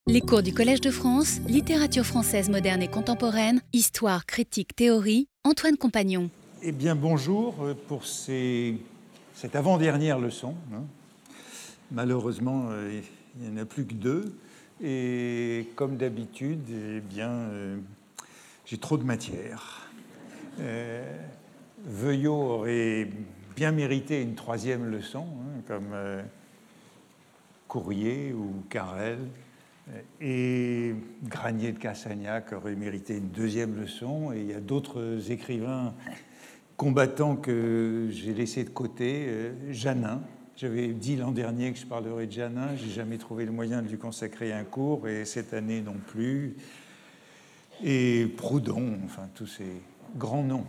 Les cours du Collège de France, littérature française moderne et contemporaine, histoire, critique, théorie, Antoine Compagnon. Eh bien, bonjour pour cette avant-dernière leçon. Malheureusement, il n'y en a plus que deux. Et comme d'habitude, eh bien, j'ai trop de matière. Veuillot aurait bien mérité une troisième leçon, comme Courrier ou Carrel. Et Granier de Cassagnac aurait mérité une deuxième leçon. Et il y a d'autres écrivains combattants que j'ai laissés de côté. Janin. J'avais dit l'an dernier que je parlerais de Janin. Je n'ai jamais trouvé le moyen de lui consacrer un cours, et cette année non plus. Et Proudhon, enfin tous ces grands noms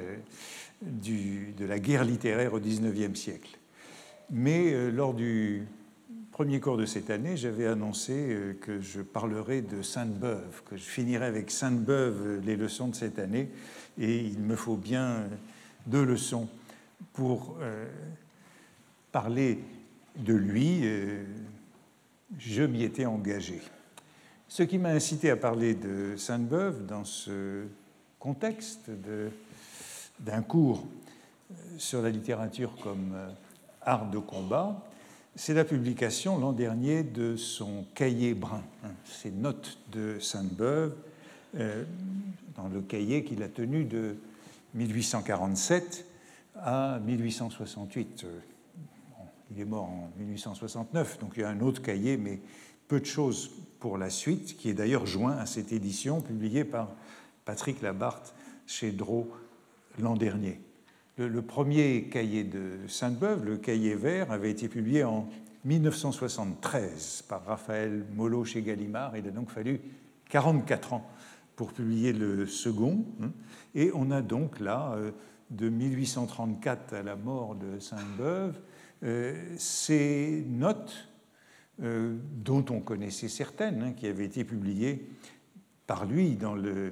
de la guerre littéraire au XIXe siècle. Mais lors du premier cours de cette année, j'avais annoncé que je parlerais de Sainte-Beuve, que je finirais avec Sainte-Beuve les leçons de cette année, et il me faut bien deux leçons pour parler de lui. Je m'y étais engagé. Ce qui m'a incité à parler de Sainte-Beuve dans ce contexte d'un cours sur la littérature comme art de combat, c'est la publication l'an dernier de son cahier brun, ses notes de Sainte-Beuve, dans le cahier qu'il a tenu de 1847 à 1868. Il est mort en 1869, donc il y a un autre cahier, mais peu de choses pour la suite, qui est d'ailleurs joint à cette édition publiée par Patrick Labarthe chez Drault l'an dernier. Le premier cahier de Sainte-Beuve, le cahier vert, avait été publié en 1973 par Raphaël Mollo chez Gallimard. Il a donc fallu 44 ans pour publier le second. Et on a donc là, de 1834 à la mort de Sainte-Beuve, ces notes dont on connaissait certaines, qui avaient été publiées par lui dans les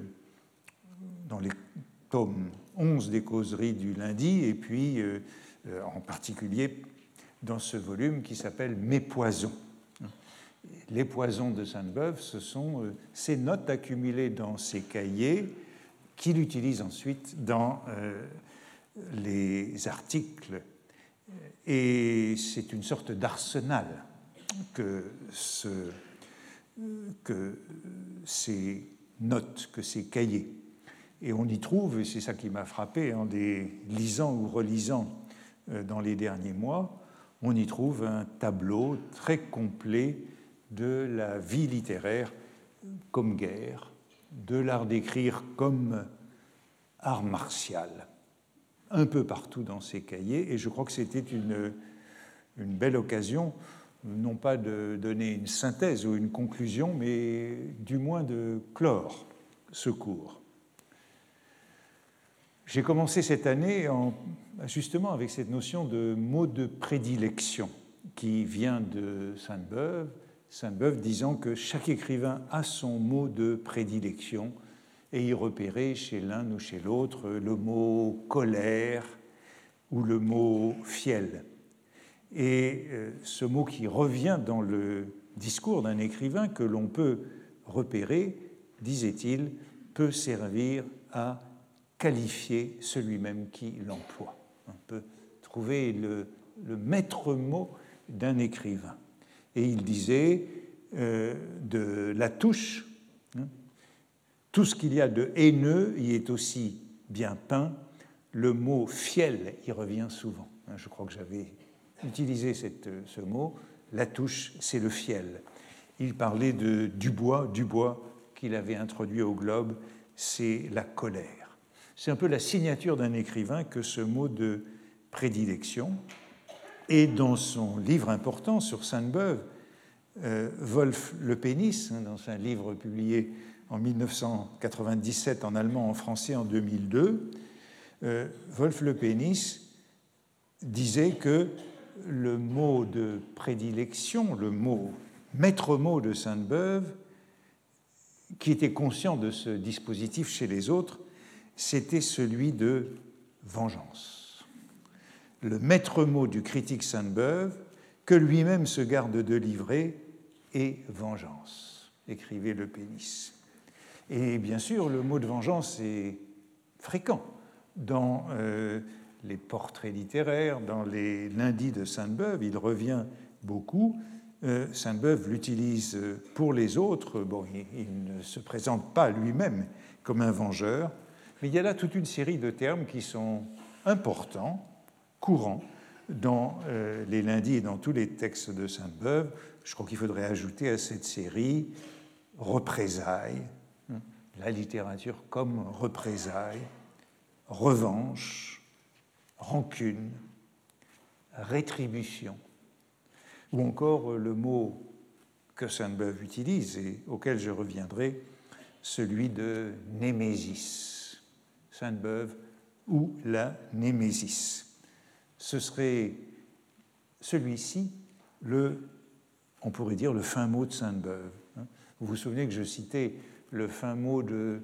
tomes 11 des causeries du lundi, et puis en particulier dans ce volume qui s'appelle Mes poisons. Les poisons de Sainte-Beuve, ce sont ces notes accumulées dans ses cahiers qu'il utilise ensuite dans les articles. Et c'est une sorte d'arsenal que ces notes, que ces cahiers. Et on y trouve, et c'est ça qui m'a frappé en les lisant ou relisant dans les derniers mois, on y trouve un tableau très complet de la vie littéraire comme guerre, de l'art d'écrire comme art martial, un peu partout dans ces cahiers. Et je crois que c'était une belle occasion, non pas de donner une synthèse ou une conclusion, mais du moins de clore ce cours. J'ai commencé cette année justement avec cette notion de mot de prédilection qui vient de Sainte-Beuve. Sainte-Beuve disant que chaque écrivain a son mot de prédilection et y repérer chez l'un ou chez l'autre le mot colère ou le mot fiel. Et ce mot qui revient dans le discours d'un écrivain que l'on peut repérer, disait-il, peut servir à qualifier celui-même qui l'emploie. On peut trouver le maître mot d'un écrivain. Et il disait de Latouche, tout ce qu'il y a de haineux y est aussi bien peint, le mot fiel y revient souvent. Je crois que j'avais utilisé ce mot. Latouche, c'est le fiel. Il parlait de Dubois qu'il avait introduit au Globe, c'est la colère. C'est un peu la signature d'un écrivain que ce mot de prédilection. Et dans son livre important sur Sainte-Beuve, Wolf Lepénis, dans un livre publié en 1997 en allemand, en français en 2002, Wolf Lepénis disait que le mot de prédilection, le maître mot de Sainte-Beuve, qui était conscient de ce dispositif chez les autres, c'était celui de vengeance. Le maître mot du critique Sainte-Beuve, que lui-même se garde de livrer, est vengeance. écrivait le pénis. Et bien sûr, le mot de vengeance est fréquent dans les portraits littéraires, dans les lundis de Sainte-Beuve, il revient beaucoup. Sainte-Beuve l'utilise pour les autres. Bon, il ne se présente pas lui-même comme un vengeur, mais il y a là toute une série de termes qui sont importants, courants, dans les lundis et dans tous les textes de Sainte-Beuve. Je crois qu'il faudrait ajouter à cette série représailles, la littérature comme représailles, revanche, rancune, rétribution, ou encore le mot que Sainte-Beuve utilise et auquel je reviendrai, celui de némésis. Sainte-Beuve ou la némésis. Ce serait celui-ci, on pourrait dire, le fin mot de Sainte-Beuve. Vous vous souvenez que je citais le fin mot de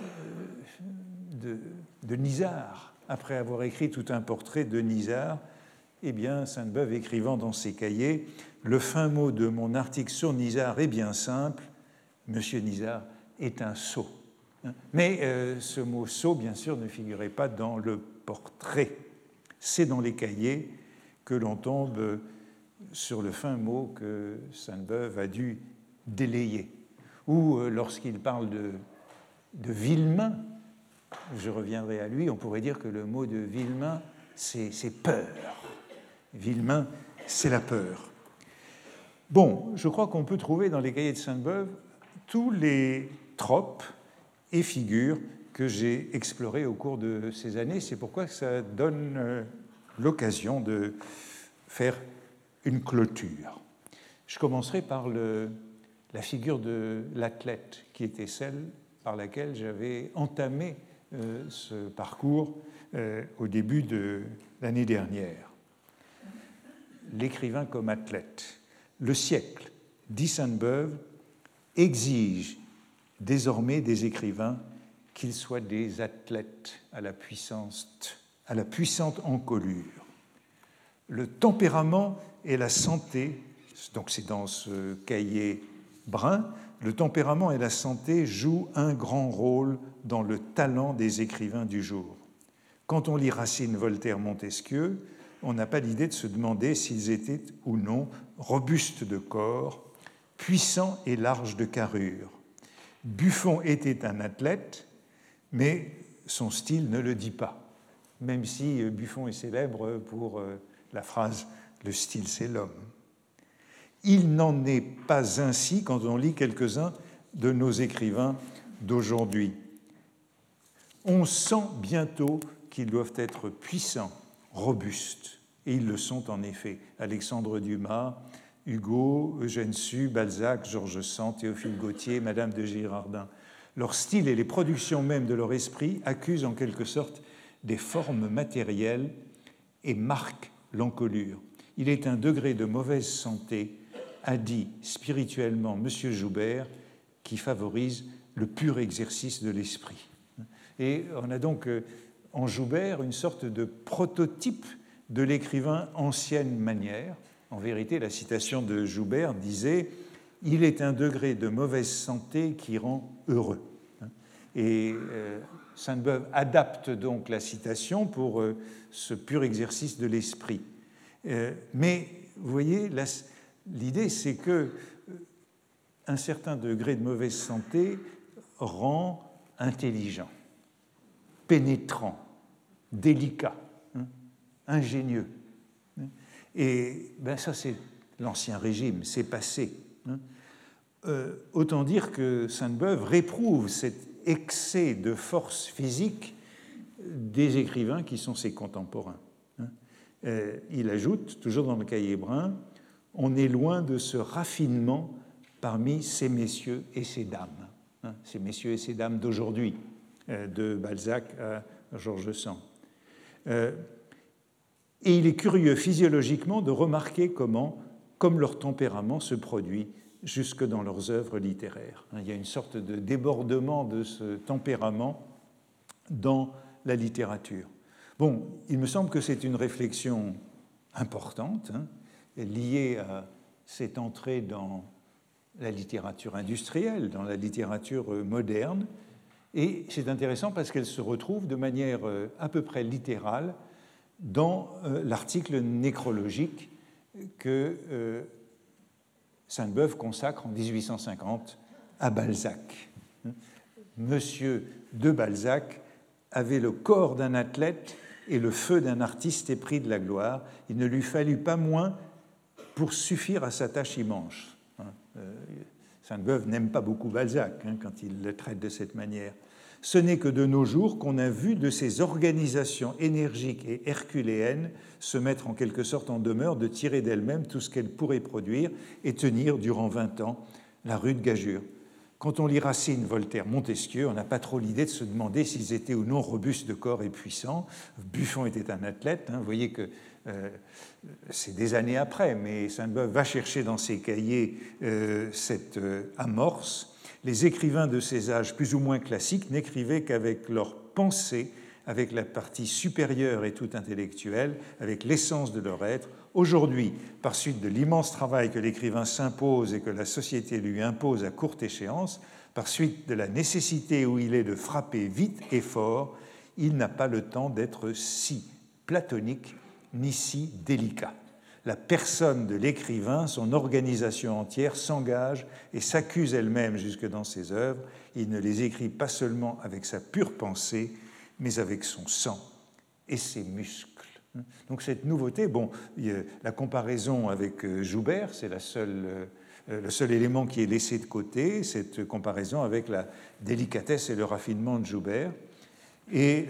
Nisard, après avoir écrit tout un portrait de Nisard. Eh bien, Sainte-Beuve, écrivant dans ses cahiers, le fin mot de mon article sur Nisard est bien simple, Monsieur Nisard est un sot. Mais ce mot sot, bien sûr, ne figurait pas dans le portrait. C'est dans les cahiers que l'on tombe sur le fin mot que Sainte-Beuve a dû délayer. Ou lorsqu'il parle de Villemain, je reviendrai à lui, on pourrait dire que le mot de Villemain, c'est peur. Villemain, c'est la peur. Bon, je crois qu'on peut trouver dans les cahiers de Sainte-Beuve tous les tropes et figures que j'ai explorées au cours de ces années. C'est pourquoi ça donne l'occasion de faire une clôture. Je commencerai par la figure de l'athlète, qui était celle par laquelle j'avais entamé ce parcours au début de l'année dernière. L'écrivain comme athlète. Le siècle, dit Sainte-Beuve, exige désormais des écrivains qu'ils soient des athlètes à la puissante encolure. Le tempérament et la santé, donc c'est dans ce cahier brun, le tempérament et la santé jouent un grand rôle dans le talent des écrivains du jour. Quand on lit Racine, Voltaire, Montesquieu, on n'a pas l'idée de se demander s'ils étaient ou non robustes de corps, puissants et larges de carrure. Buffon était un athlète, mais son style ne le dit pas, même si Buffon est célèbre pour la phrase « le style, c'est l'homme ». Il n'en est pas ainsi quand on lit quelques-uns de nos écrivains d'aujourd'hui. On sent bientôt qu'ils doivent être puissants, robustes, et ils le sont en effet. Alexandre Dumas, Hugo, Eugène Sue, Balzac, Georges Sand, Théophile Gautier, Madame de Girardin. Leur style et les productions même de leur esprit accusent en quelque sorte des formes matérielles et marquent l'encolure. Il est un degré de mauvaise santé, a dit spirituellement M. Joubert, qui favorise le pur exercice de l'esprit. Et on a donc en Joubert une sorte de prototype de l'écrivain ancienne manière. En vérité, la citation de Joubert disait « Il est un degré de mauvaise santé qui rend heureux ». Et Sainte-Beuve adapte donc la citation pour ce pur exercice de l'esprit. Mais vous voyez, l'idée c'est qu'un certain degré de mauvaise santé rend intelligent, pénétrant, délicat, ingénieux. Et ben ça, c'est l'Ancien Régime, c'est passé. Autant dire que Sainte-Beuve réprouve cet excès de force physique des écrivains qui sont ses contemporains. Il ajoute, toujours dans le cahier brun, « On est loin de ce raffinement parmi ces messieurs et ces dames. » Ces messieurs et ces dames d'aujourd'hui, de Balzac à Georges Sand. Et il est curieux physiologiquement de remarquer comment, comme leur tempérament se produit jusque dans leurs œuvres littéraires. Il y a une sorte de débordement de ce tempérament dans la littérature. Bon, il me semble que c'est une réflexion importante, liée à cette entrée dans la littérature industrielle, dans la littérature moderne. Et c'est intéressant parce qu'elle se retrouve de manière à peu près littérale dans l'article nécrologique que Sainte-Beuve consacre en 1850 à Balzac. Monsieur de Balzac avait le corps d'un athlète et le feu d'un artiste épris de la gloire. Il ne lui fallut pas moins pour suffire à sa tâche immense. Sainte-Beuve n'aime pas beaucoup Balzac quand il le traite de cette manière. Ce n'est que de nos jours qu'on a vu de ces organisations énergiques et herculéennes se mettre en quelque sorte en demeure de tirer d'elles-mêmes tout ce qu'elles pourraient produire et tenir durant 20 ans la rude gageure. Quand on lit Racine, Voltaire, Montesquieu, on n'a pas trop l'idée de se demander s'ils étaient ou non robustes de corps et puissants. Buffon était un athlète, vous voyez que c'est des années après, mais Sainte-Beuve va chercher dans ses cahiers cette amorce. Les écrivains de ces âges plus ou moins classiques n'écrivaient qu'avec leur pensée, avec la partie supérieure et tout intellectuelle, avec l'essence de leur être. Aujourd'hui, par suite de l'immense travail que l'écrivain s'impose et que la société lui impose à courte échéance, par suite de la nécessité où il est de frapper vite et fort, il n'a pas le temps d'être si platonique ni si délicat. La personne de l'écrivain, son organisation entière, s'engage et s'accuse elle-même jusque dans ses œuvres. Il ne les écrit pas seulement avec sa pure pensée, mais avec son sang et ses muscles. Donc cette nouveauté, la comparaison avec Joubert, c'est le seul élément qui est laissé de côté, cette comparaison avec la délicatesse et le raffinement de Joubert. Et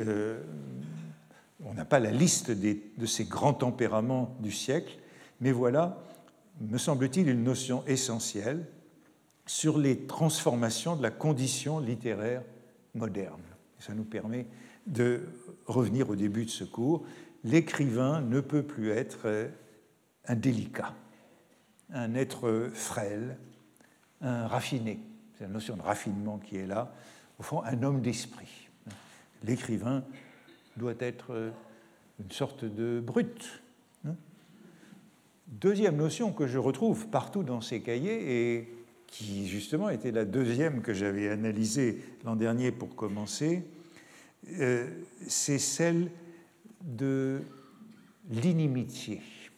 on n'a pas la liste de ces grands tempéraments du siècle, mais voilà, me semble-t-il, une notion essentielle sur les transformations de la condition littéraire moderne. Ça nous permet de revenir au début de ce cours. L'écrivain ne peut plus être un délicat, un être frêle, un raffiné. C'est la notion de raffinement qui est là. Au fond, un homme d'esprit. L'écrivain doit être une sorte de brute. Deuxième notion que je retrouve partout dans ces cahiers et qui justement était la deuxième que j'avais analysée l'an dernier pour commencer, c'est celle de l'inimitié,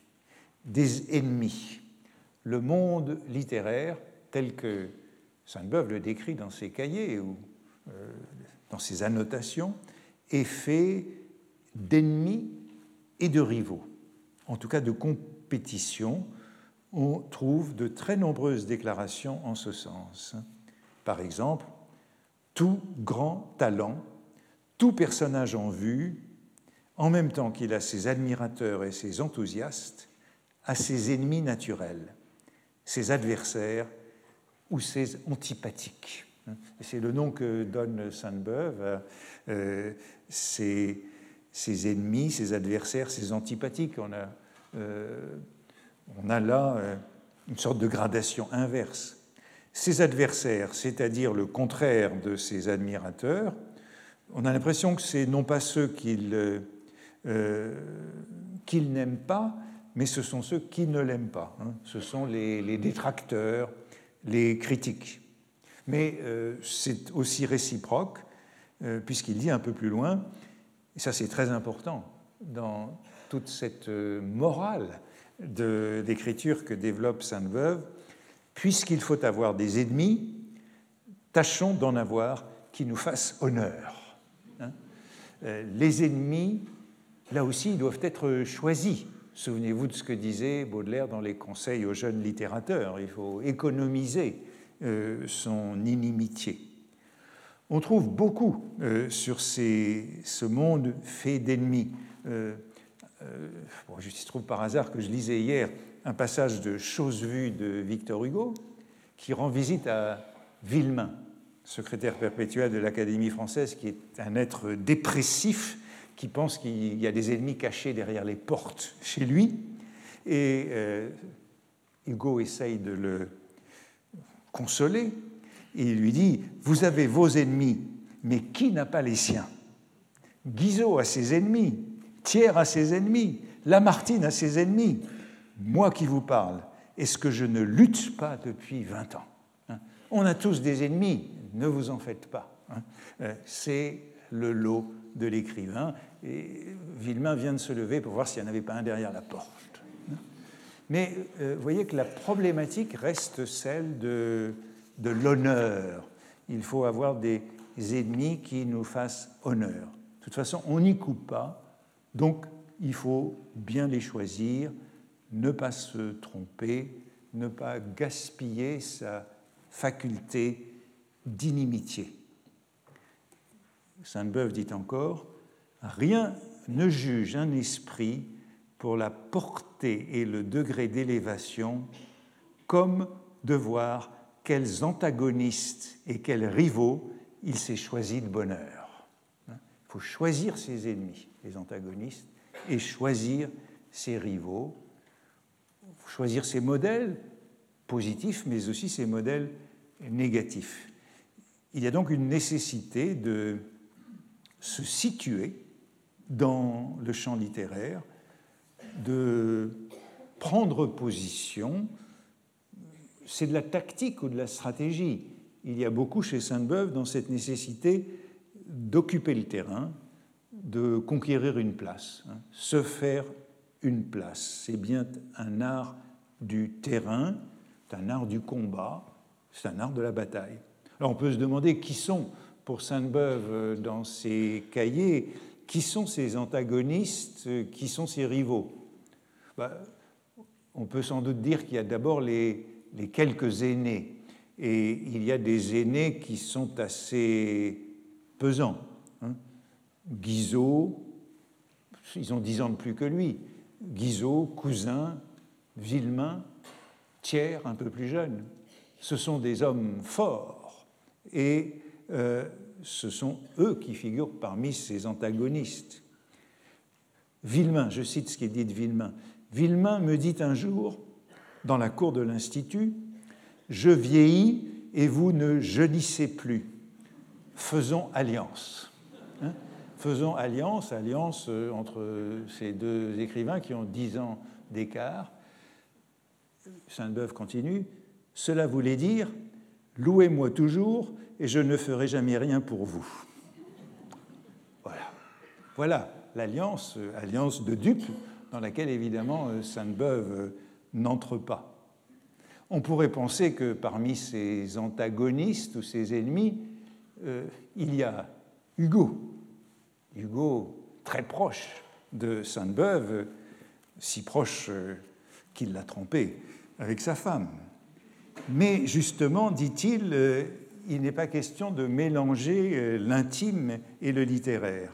des ennemis. Le monde littéraire, tel que Sainte-Beuve le décrit dans ses cahiers ou dans ses annotations, est fait d'ennemis et de rivaux, en tout cas de compétition. On trouve de très nombreuses déclarations en ce sens. Par exemple, tout grand talent, tout personnage en vue, en même temps qu'il a ses admirateurs et ses enthousiastes, a ses ennemis naturels, ses adversaires ou ses antipathiques. C'est le nom que donne Sainte-Beuve à ses ennemis, ses adversaires, ses antipathiques. On a là une sorte de gradation inverse. Ses adversaires, c'est-à-dire le contraire de ses admirateurs, on a l'impression que c'est non pas ceux qu'il n'aime pas, mais ce sont ceux qui ne l'aiment pas. Ce sont les détracteurs, les critiques. Mais c'est aussi réciproque, puisqu'il dit un peu plus loin, et ça c'est très important dans toute cette morale d'écriture que développe Sainte-Beuve, puisqu'il faut avoir des ennemis, tâchons d'en avoir qui nous fassent honneur. Les ennemis, là aussi, ils doivent être choisis. Souvenez-vous de ce que disait Baudelaire dans les conseils aux jeunes littérateurs. Il faut économiser son inimitié. On trouve beaucoup sur ce monde fait d'ennemis. Il se trouve par hasard que je lisais hier un passage de Choses vues de Victor Hugo qui rend visite à Villemain, secrétaire perpétuel de l'Académie française, qui est un être dépressif qui pense qu'il y a des ennemis cachés derrière les portes chez lui. Et Hugo essaye de le consoler. Et il lui dit « Vous avez vos ennemis, mais qui n'a pas les siens ?» Guizot a ses ennemis, Thiers a ses ennemis, Lamartine a ses ennemis. Moi qui vous parle, est-ce que je ne lutte pas depuis 20 ans ? On a tous des ennemis, ne vous en faites pas. C'est le lot de l'écrivain. Et Villemain vient de se lever pour voir s'il n'y en avait pas un derrière la porte. Mais vous voyez que la problématique reste celle de l'honneur. Il faut avoir des ennemis qui nous fassent honneur. De toute façon, on n'y coupe pas, donc il faut bien les choisir, ne pas se tromper, ne pas gaspiller sa faculté d'inimitié. Sainte-Beuve dit encore « Rien ne juge un esprit pour la portée et le degré d'élévation comme de voir quels antagonistes et quels rivaux il s'est choisi de bonheur. » Il faut choisir ses ennemis, les antagonistes, et choisir ses rivaux, choisir ses modèles positifs, mais aussi ses modèles négatifs. Il y a donc une nécessité de se situer dans le champ littéraire, de prendre position. C'est de la tactique ou de la stratégie. Il y a beaucoup chez Sainte-Beuve dans cette nécessité d'occuper le terrain, de conquérir une place, se faire une place. C'est bien un art du terrain, c'est un art du combat, c'est un art de la bataille. Alors on peut se demander qui sont, pour Sainte-Beuve, dans ses cahiers, qui sont ses antagonistes, qui sont ses rivaux. On peut sans doute dire qu'il y a d'abord les quelques aînés, et il y a des aînés qui sont assez pesants. Guizot, ils ont 10 ans de plus que lui. Guizot, Cousin, Villemain, Thiers, un peu plus jeune. Ce sont des hommes forts et ce sont eux qui figurent parmi ses antagonistes. Villemain, je cite ce qui est dit de Villemain. Villemain me dit un jour, dans la cour de l'Institut, « Je vieillis et vous ne jeunissez plus. Faisons alliance. » Faisons alliance entre ces deux écrivains qui ont 10 ans d'écart. Sainte-Beuve continue. « Cela voulait dire « Louez-moi toujours et je ne ferai jamais rien pour vous. » Voilà l'alliance, alliance de dupes, dans laquelle évidemment Sainte-Beuve n'entre pas. On pourrait penser que parmi ses antagonistes ou ses ennemis, il y a Hugo. Hugo, très proche de Sainte-Beuve, si proche qu'il l'a trompé avec sa femme. Mais justement, dit-il, il n'est pas question de mélanger l'intime et le littéraire.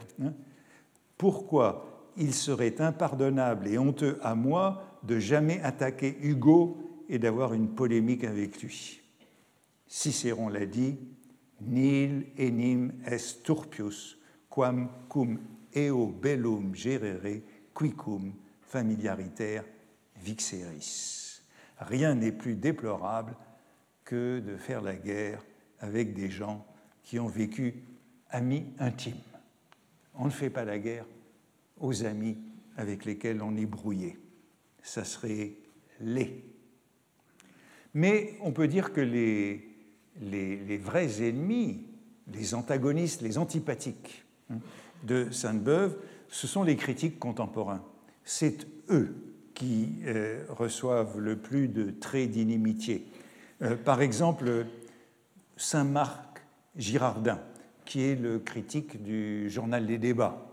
Pourquoi il serait impardonnable et honteux à moi de jamais attaquer Hugo et d'avoir une polémique avec lui. Cicéron l'a dit, nil enim est turpius quam cum eo bellum gerere quicum familiariter vixeris. Rien n'est plus déplorable que de faire la guerre avec des gens qui ont vécu amis intimes. On ne fait pas la guerre aux amis avec lesquels on est brouillé. Ça serait laid. Mais on peut dire que les vrais ennemis, les antagonistes, les antipathiques de Sainte-Beuve, ce sont les critiques contemporains. C'est eux qui reçoivent le plus de traits d'inimitié. Par exemple, Saint-Marc Girardin, qui est le critique du journal des débats.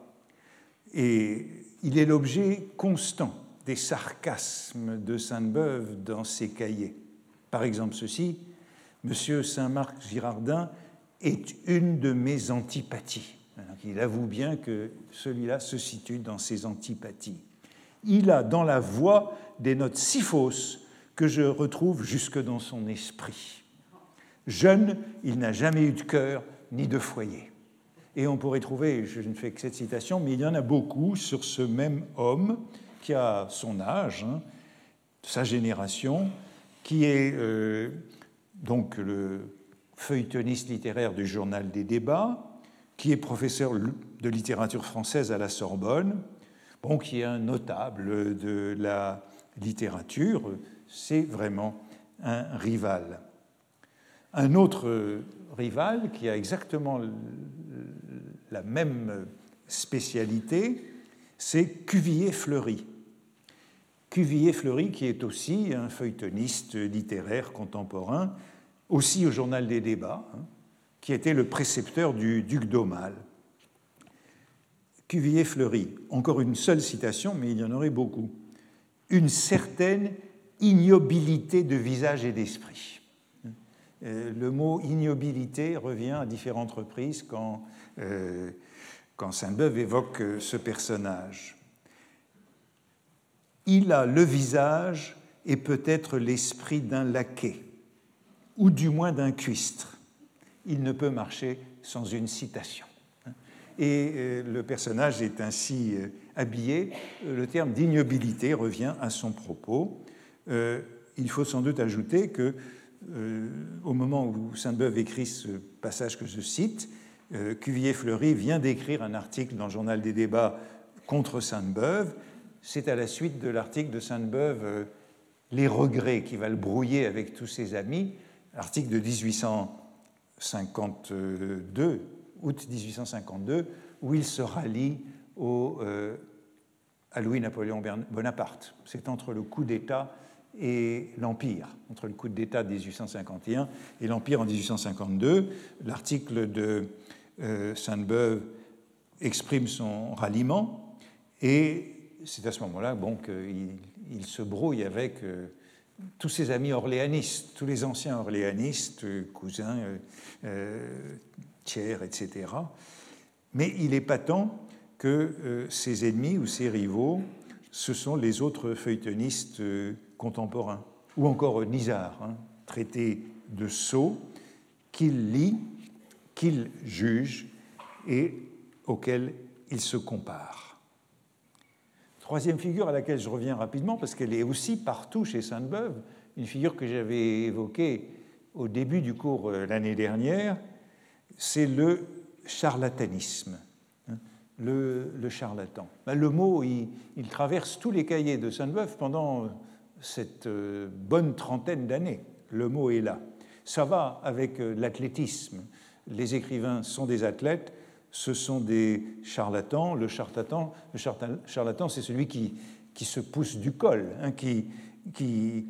Et il est l'objet constant des sarcasmes de Sainte-Beuve dans ses cahiers. Par exemple, ceci, « Monsieur Saint-Marc Girardin est une de mes antipathies. » Il avoue bien que celui-là se situe dans ses antipathies. Il a dans la voix des notes si fausses que je retrouve jusque dans son esprit. Jeune, il n'a jamais eu de cœur ni de foyer. Et on pourrait trouver, je ne fais que cette citation, mais il y en a beaucoup sur ce même homme qui a son âge, sa génération, qui est donc le feuilletonniste littéraire du journal des débats, qui est professeur de littérature française à la Sorbonne, qui est un notable de la littérature, c'est vraiment un rival. Un autre rival qui a exactement la même spécialité, c'est Cuvier-Fleury. Cuvier-Fleury, qui est aussi un feuilletoniste littéraire contemporain, aussi au Journal des débats, qui était le précepteur du duc d'Aumale. Cuvier-Fleury, encore une seule citation, mais il y en aurait beaucoup. Une certaine ignobilité de visage et d'esprit. Le mot ignobilité revient à différentes reprises quand Sainte-Beuve évoque ce personnage. Il a le visage et peut-être l'esprit d'un laquais, ou du moins d'un cuistre. Il ne peut marcher sans une citation. Et le personnage est ainsi habillé. Le terme d'ignobilité revient à son propos. Il faut sans doute ajouter que, au moment où Sainte-Beuve écrit ce passage que je cite, Cuvier-Fleury vient d'écrire un article dans le Journal des débats contre Sainte-Beuve. C'est à la suite de l'article de Sainte-Beuve « Les regrets » qui va le brouiller avec tous ses amis, article de 1852, août 1852, où il se rallie à Louis-Napoléon Bonaparte. C'est entre le coup d'État et l'Empire, entre le coup d'État de 1851 et l'Empire en 1852. L'article de Sainte-Beuve exprime son ralliement et c'est à ce moment-là qu'il se brouille avec tous ses amis orléanistes, tous les anciens orléanistes, cousins, Thiers, etc. Mais il est patent que ses ennemis ou ses rivaux, ce sont les autres feuilletonistes contemporains, ou encore Nisard, traité de sot, qu'il lit, qu'il juge et auquel il se compare. Troisième figure à laquelle je reviens rapidement, parce qu'elle est aussi partout chez Sainte-Beuve, une figure que j'avais évoquée au début du cours l'année dernière, c'est le charlatanisme, le charlatan. Le mot, il traverse tous les cahiers de Sainte-Beuve pendant cette bonne trentaine d'années. Le mot est là. Ça va avec l'athlétisme. Les écrivains sont des athlètes, ce sont des charlatans. Le charlatan, c'est celui qui se pousse du col, qui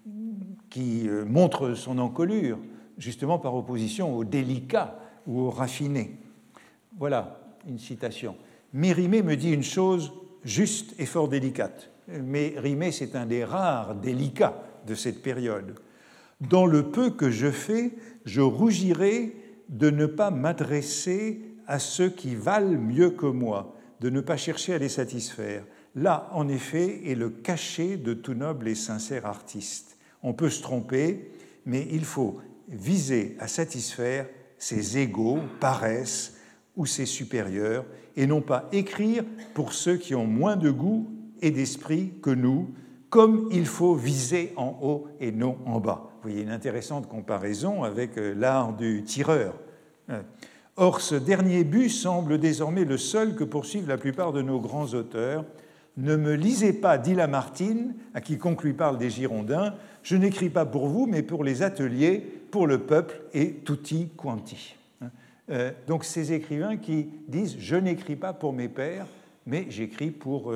montre son encolure, justement par opposition au délicat ou au raffiné. Voilà une citation. Mérimée me dit une chose juste et fort délicate. Mérimée, c'est un des rares délicats de cette période. Dans le peu que je fais, je rougirai de ne pas m'adresser à ceux qui valent mieux que moi, de ne pas chercher à les satisfaire. Là, en effet, est le cachet de tout noble et sincère artiste. On peut se tromper, mais il faut viser à satisfaire ses égaux, paresses ou ses supérieurs, et non pas écrire pour ceux qui ont moins de goût et d'esprit que nous, comme il faut viser en haut et non en bas. Vous voyez une intéressante comparaison avec l'art du tireur. Or, ce dernier but semble désormais le seul que poursuivent la plupart de nos grands auteurs. Ne me lisez pas, dit Lamartine, à quiconque lui parle des Girondins, je n'écris pas pour vous, mais pour les ateliers, pour le peuple et tutti quanti. Donc ces écrivains qui disent « je n'écris pas pour mes pairs, mais j'écris pour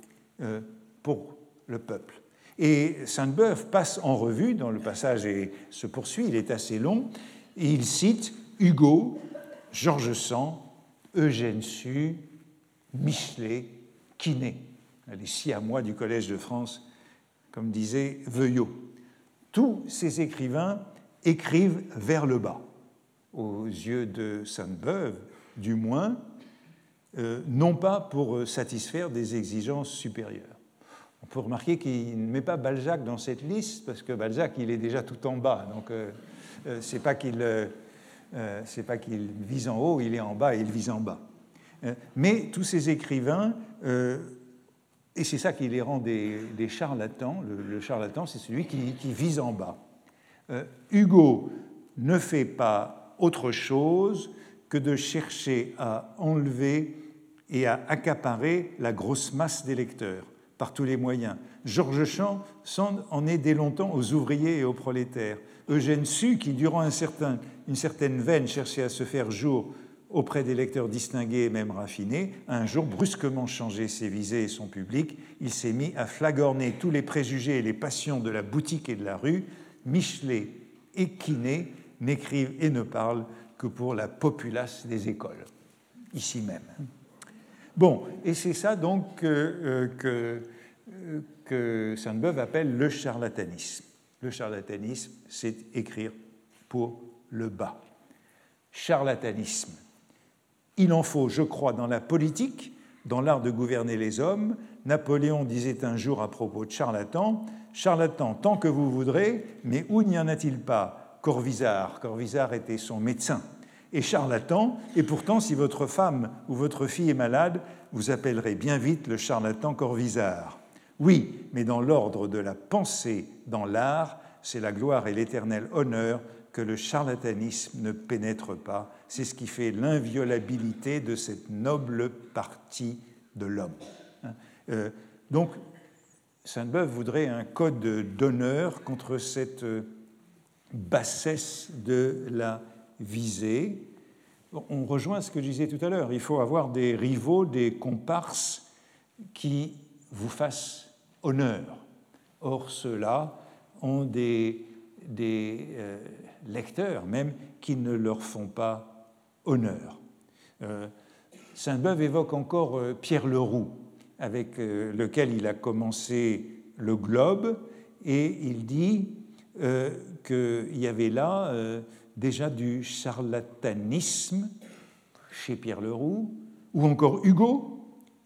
le peuple ». Et Sainte-Beuve passe en revue, dans le passage et se poursuit, il est assez long, et il cite Hugo, George Sand, Eugène Sue, Michelet, Quinet, les siamois du Collège de France, comme disait Veuillot. Tous ces écrivains écrivent vers le bas, aux yeux de Sainte-Beuve, du moins, non pas pour satisfaire des exigences supérieures. On peut remarquer qu'il ne met pas Balzac dans cette liste, parce que Balzac, il est déjà tout en bas, donc c'est pas qu'il vise en haut, il est en bas et il vise en bas. Mais tous ces écrivains, et c'est ça qui les rend des charlatans, le charlatan, c'est celui qui vise en bas. Hugo ne fait pas autre chose que de chercher à enlever et à accaparer la grosse masse des lecteurs par tous les moyens. George Sand en est dès longtemps aux ouvriers et aux prolétaires. Eugène Sue, qui durant une certaine veine cherchait à se faire jour auprès des lecteurs distingués et même raffinés, a un jour brusquement changé ses visées et son public. Il s'est mis à flagorner tous les préjugés et les passions de la boutique et de la rue. Michelet et Quinet n'écrivent et ne parlent que pour la populace des écoles, ici même. Bon, et c'est ça donc que Sainte-Beuve appelle le charlatanisme. Le charlatanisme, c'est écrire pour le bas. Charlatanisme. Il en faut, je crois, dans la politique, dans l'art de gouverner les hommes. Napoléon disait un jour à propos de charlatan, « Charlatan, tant que vous voudrez, mais où n'y en a-t-il pas ?» Corvisart était son médecin. Et charlatan, et pourtant, si votre femme ou votre fille est malade, vous appellerez bien vite le charlatan Corvisart. Oui, mais dans l'ordre de la pensée, dans l'art, c'est la gloire et l'éternel honneur que le charlatanisme ne pénètre pas. C'est ce qui fait l'inviolabilité de cette noble partie de l'homme. Donc, Sainte-Beuve voudrait un code d'honneur contre cette bassesse de la visée. On rejoint ce que je disais tout à l'heure. Il faut avoir des rivaux, des comparses qui vous fassent honneur. Or, ceux-là ont des lecteurs même qui ne leur font pas honneur. Sainte-Beuve évoque encore Pierre Leroux, avec lequel il a commencé le Globe, et il dit qu'il y avait là déjà du charlatanisme chez Pierre Leroux, ou encore Hugo,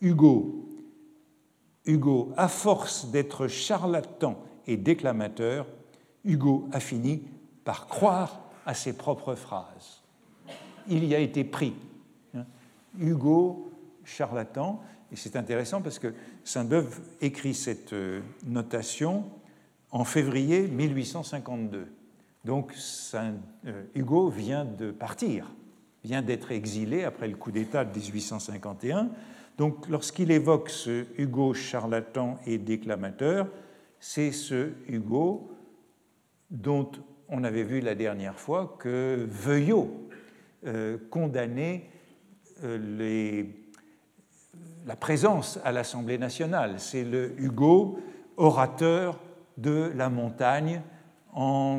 à force d'être charlatan et déclamateur, Hugo a fini par croire à ses propres phrases. Il y a été pris. Hugo, charlatan, et c'est intéressant parce que Sainte-Beuve écrit cette notation en février 1852. Donc Hugo vient de partir, vient d'être exilé après le coup d'État de 1851. Donc lorsqu'il évoque ce Hugo charlatan et déclamateur, c'est ce Hugo dont on avait vu la dernière fois que Veuillot condamnait la présence à l'Assemblée nationale. C'est le Hugo orateur de la montagne en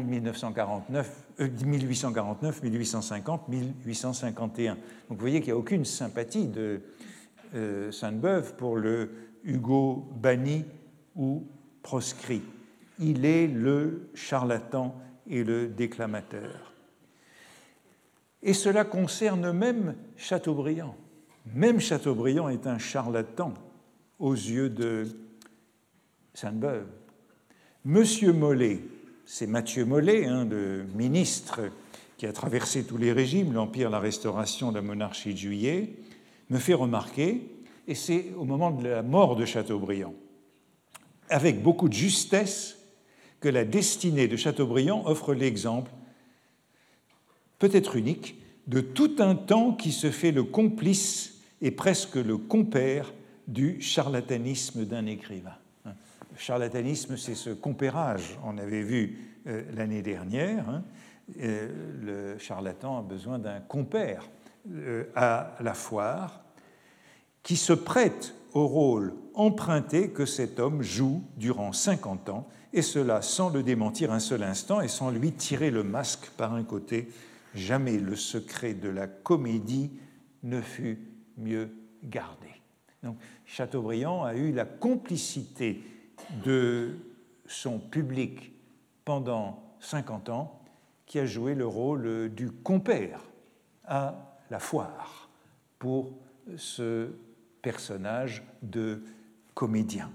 1849, 1850, 1851. Donc vous voyez qu'il n'y a aucune sympathie de Sainte-Beuve pour le Hugo banni ou proscrit. Il est le charlatan et le déclamateur. Et cela concerne même Chateaubriand. Même Chateaubriand est un charlatan aux yeux de Sainte-Beuve. Monsieur Molé, c'est Mathieu Molé, le ministre qui a traversé tous les régimes, l'Empire, la Restauration, la monarchie de Juillet, me fait remarquer, et c'est au moment de la mort de Chateaubriand, avec beaucoup de justesse, que la destinée de Chateaubriand offre l'exemple, peut-être unique, de tout un temps qui se fait le complice et presque le compère du charlatanisme d'un écrivain. Le charlatanisme, c'est ce compérage, on avait vu l'année dernière. Le charlatan a besoin d'un compère à la foire qui se prête au rôle emprunté que cet homme joue durant 50 ans, et cela sans le démentir un seul instant et sans lui tirer le masque par un côté. Jamais le secret de la comédie ne fut mieux gardé. Donc, Chateaubriand a eu la complicité de son public pendant 50 ans, qui a joué le rôle du compère à la foire pour ce personnage de comédien.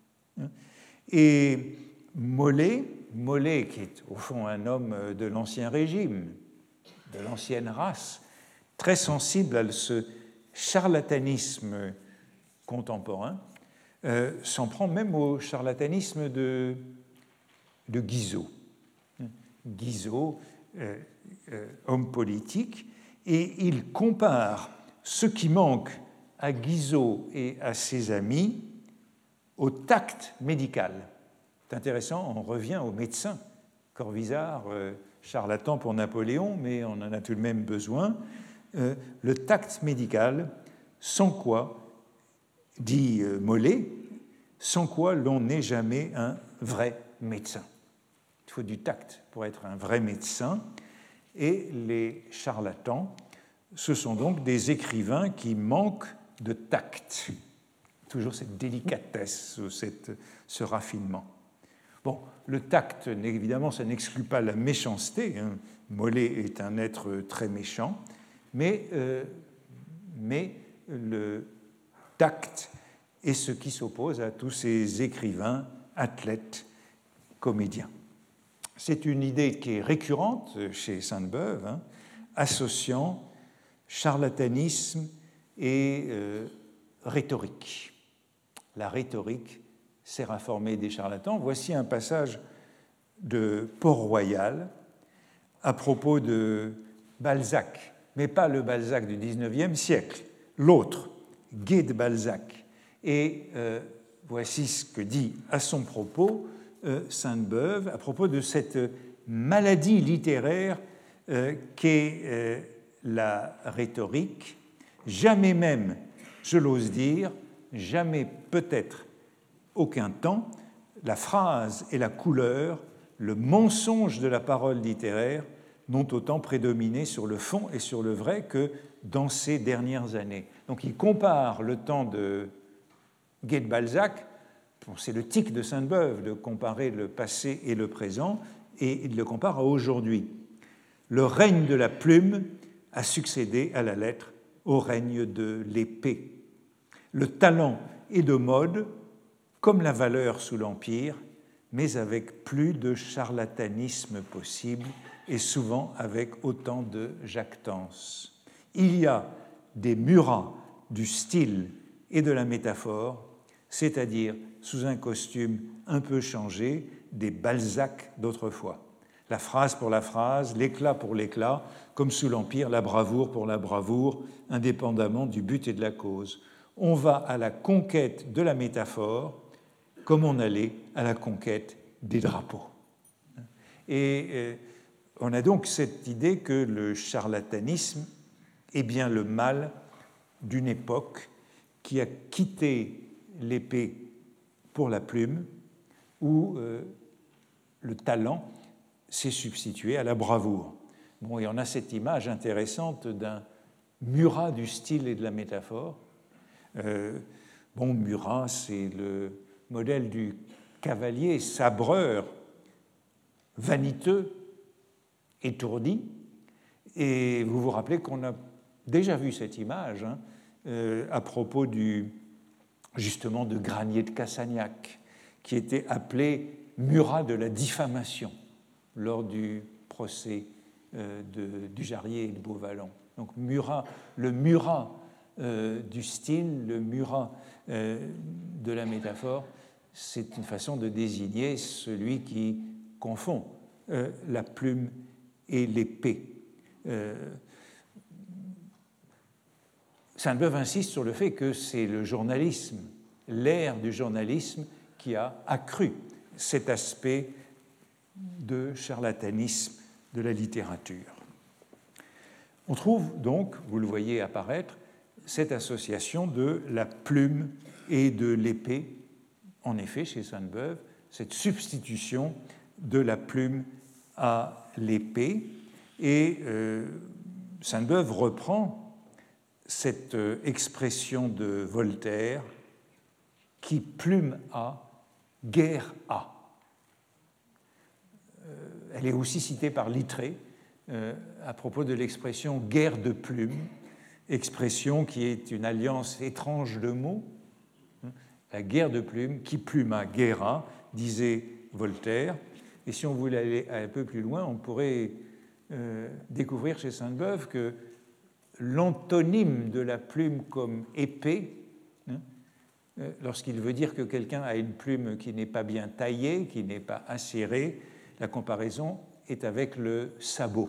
Et Molé, qui est au fond un homme de l'Ancien Régime, de l'ancienne race, très sensible à ce charlatanisme contemporain, s'en prend même au charlatanisme de Guizot. Guizot, homme politique, et il compare ce qui manque à Guizot et à ses amis au tact médical. C'est intéressant, on revient aux médecins Corvisart, charlatan pour Napoléon, mais on en a tout de même besoin. Le tact médical, sans quoi, dit Mollet, sans quoi l'on n'est jamais un vrai médecin. Il faut du tact pour être un vrai médecin. Et les charlatans, ce sont donc des écrivains qui manquent de tact. Toujours cette délicatesse, ce raffinement. Bon, le tact, évidemment, ça n'exclut pas la méchanceté. Mollet est un être très méchant, mais le tact est ce qui s'oppose à tous ces écrivains, athlètes, comédiens. C'est une idée qui est récurrente chez Sainte-Beuve, associant charlatanisme et rhétorique. La rhétorique sert à former des charlatans. Voici un passage de Port-Royal à propos de Balzac, mais pas le Balzac du XIXe siècle, l'autre, Guy de Balzac. Et voici ce que dit à son propos Sainte-Beuve à propos de cette maladie littéraire qu'est la rhétorique. Jamais même, je l'ose dire, jamais peut-être aucun temps, la phrase et la couleur, le mensonge de la parole littéraire n'ont autant prédominé sur le fond et sur le vrai que dans ces dernières années. Donc il compare le temps de Guy de Balzac, c'est le tic de Sainte-Beuve de comparer le passé et le présent, et il le compare à aujourd'hui. Le règne de la plume a succédé à la lettre au règne de l'épée. Le talent est de mode, comme la valeur sous l'Empire, mais avec plus de charlatanisme possible et souvent avec autant de jactance. Il y a des Murat du style et de la métaphore, c'est-à-dire sous un costume un peu changé, des Balzac d'autrefois. La phrase pour la phrase, l'éclat pour l'éclat, comme sous l'Empire, la bravoure pour la bravoure, indépendamment du but et de la cause. On va à la conquête de la métaphore comme on allait à la conquête des drapeaux. Et on a donc cette idée que le charlatanisme est bien le mal d'une époque qui a quitté l'épée pour la plume, où le talent s'est substitué à la bravoure. Bon, il y en a cette image intéressante d'un Murat du style et de la métaphore. Murat, c'est le modèle du cavalier sabreur, vaniteux, étourdi. Et vous vous rappelez qu'on a déjà vu cette image à propos justement de Granier de Cassagnac, qui était appelé Murat de la diffamation lors du procès du Jarrier et de Beauvallon. Donc le Murat du style, le Murat de la métaphore, c'est une façon de désigner celui qui confond la plume et l'épée. Sainte-Beuve insiste sur le fait que c'est le journalisme, l'ère du journalisme, qui a accru cet aspect de charlatanisme de la littérature. On trouve donc, vous le voyez apparaître, cette association de la plume et de l'épée, en effet, chez Sainte-Beuve, cette substitution de la plume à l'épée. Et Sainte-Beuve reprend cette expression de Voltaire, qui plume a, guerre a. Elle est aussi citée par Littré à propos de l'expression guerre de plume, expression qui est une alliance étrange de mots. La guerre de plume, qui pluma, guerra, disait Voltaire. Et si on voulait aller un peu plus loin, on pourrait découvrir chez Sainte-Beuve que l'antonyme de la plume comme épée, lorsqu'il veut dire que quelqu'un a une plume qui n'est pas bien taillée, qui n'est pas acérée, la comparaison est avec le sabot.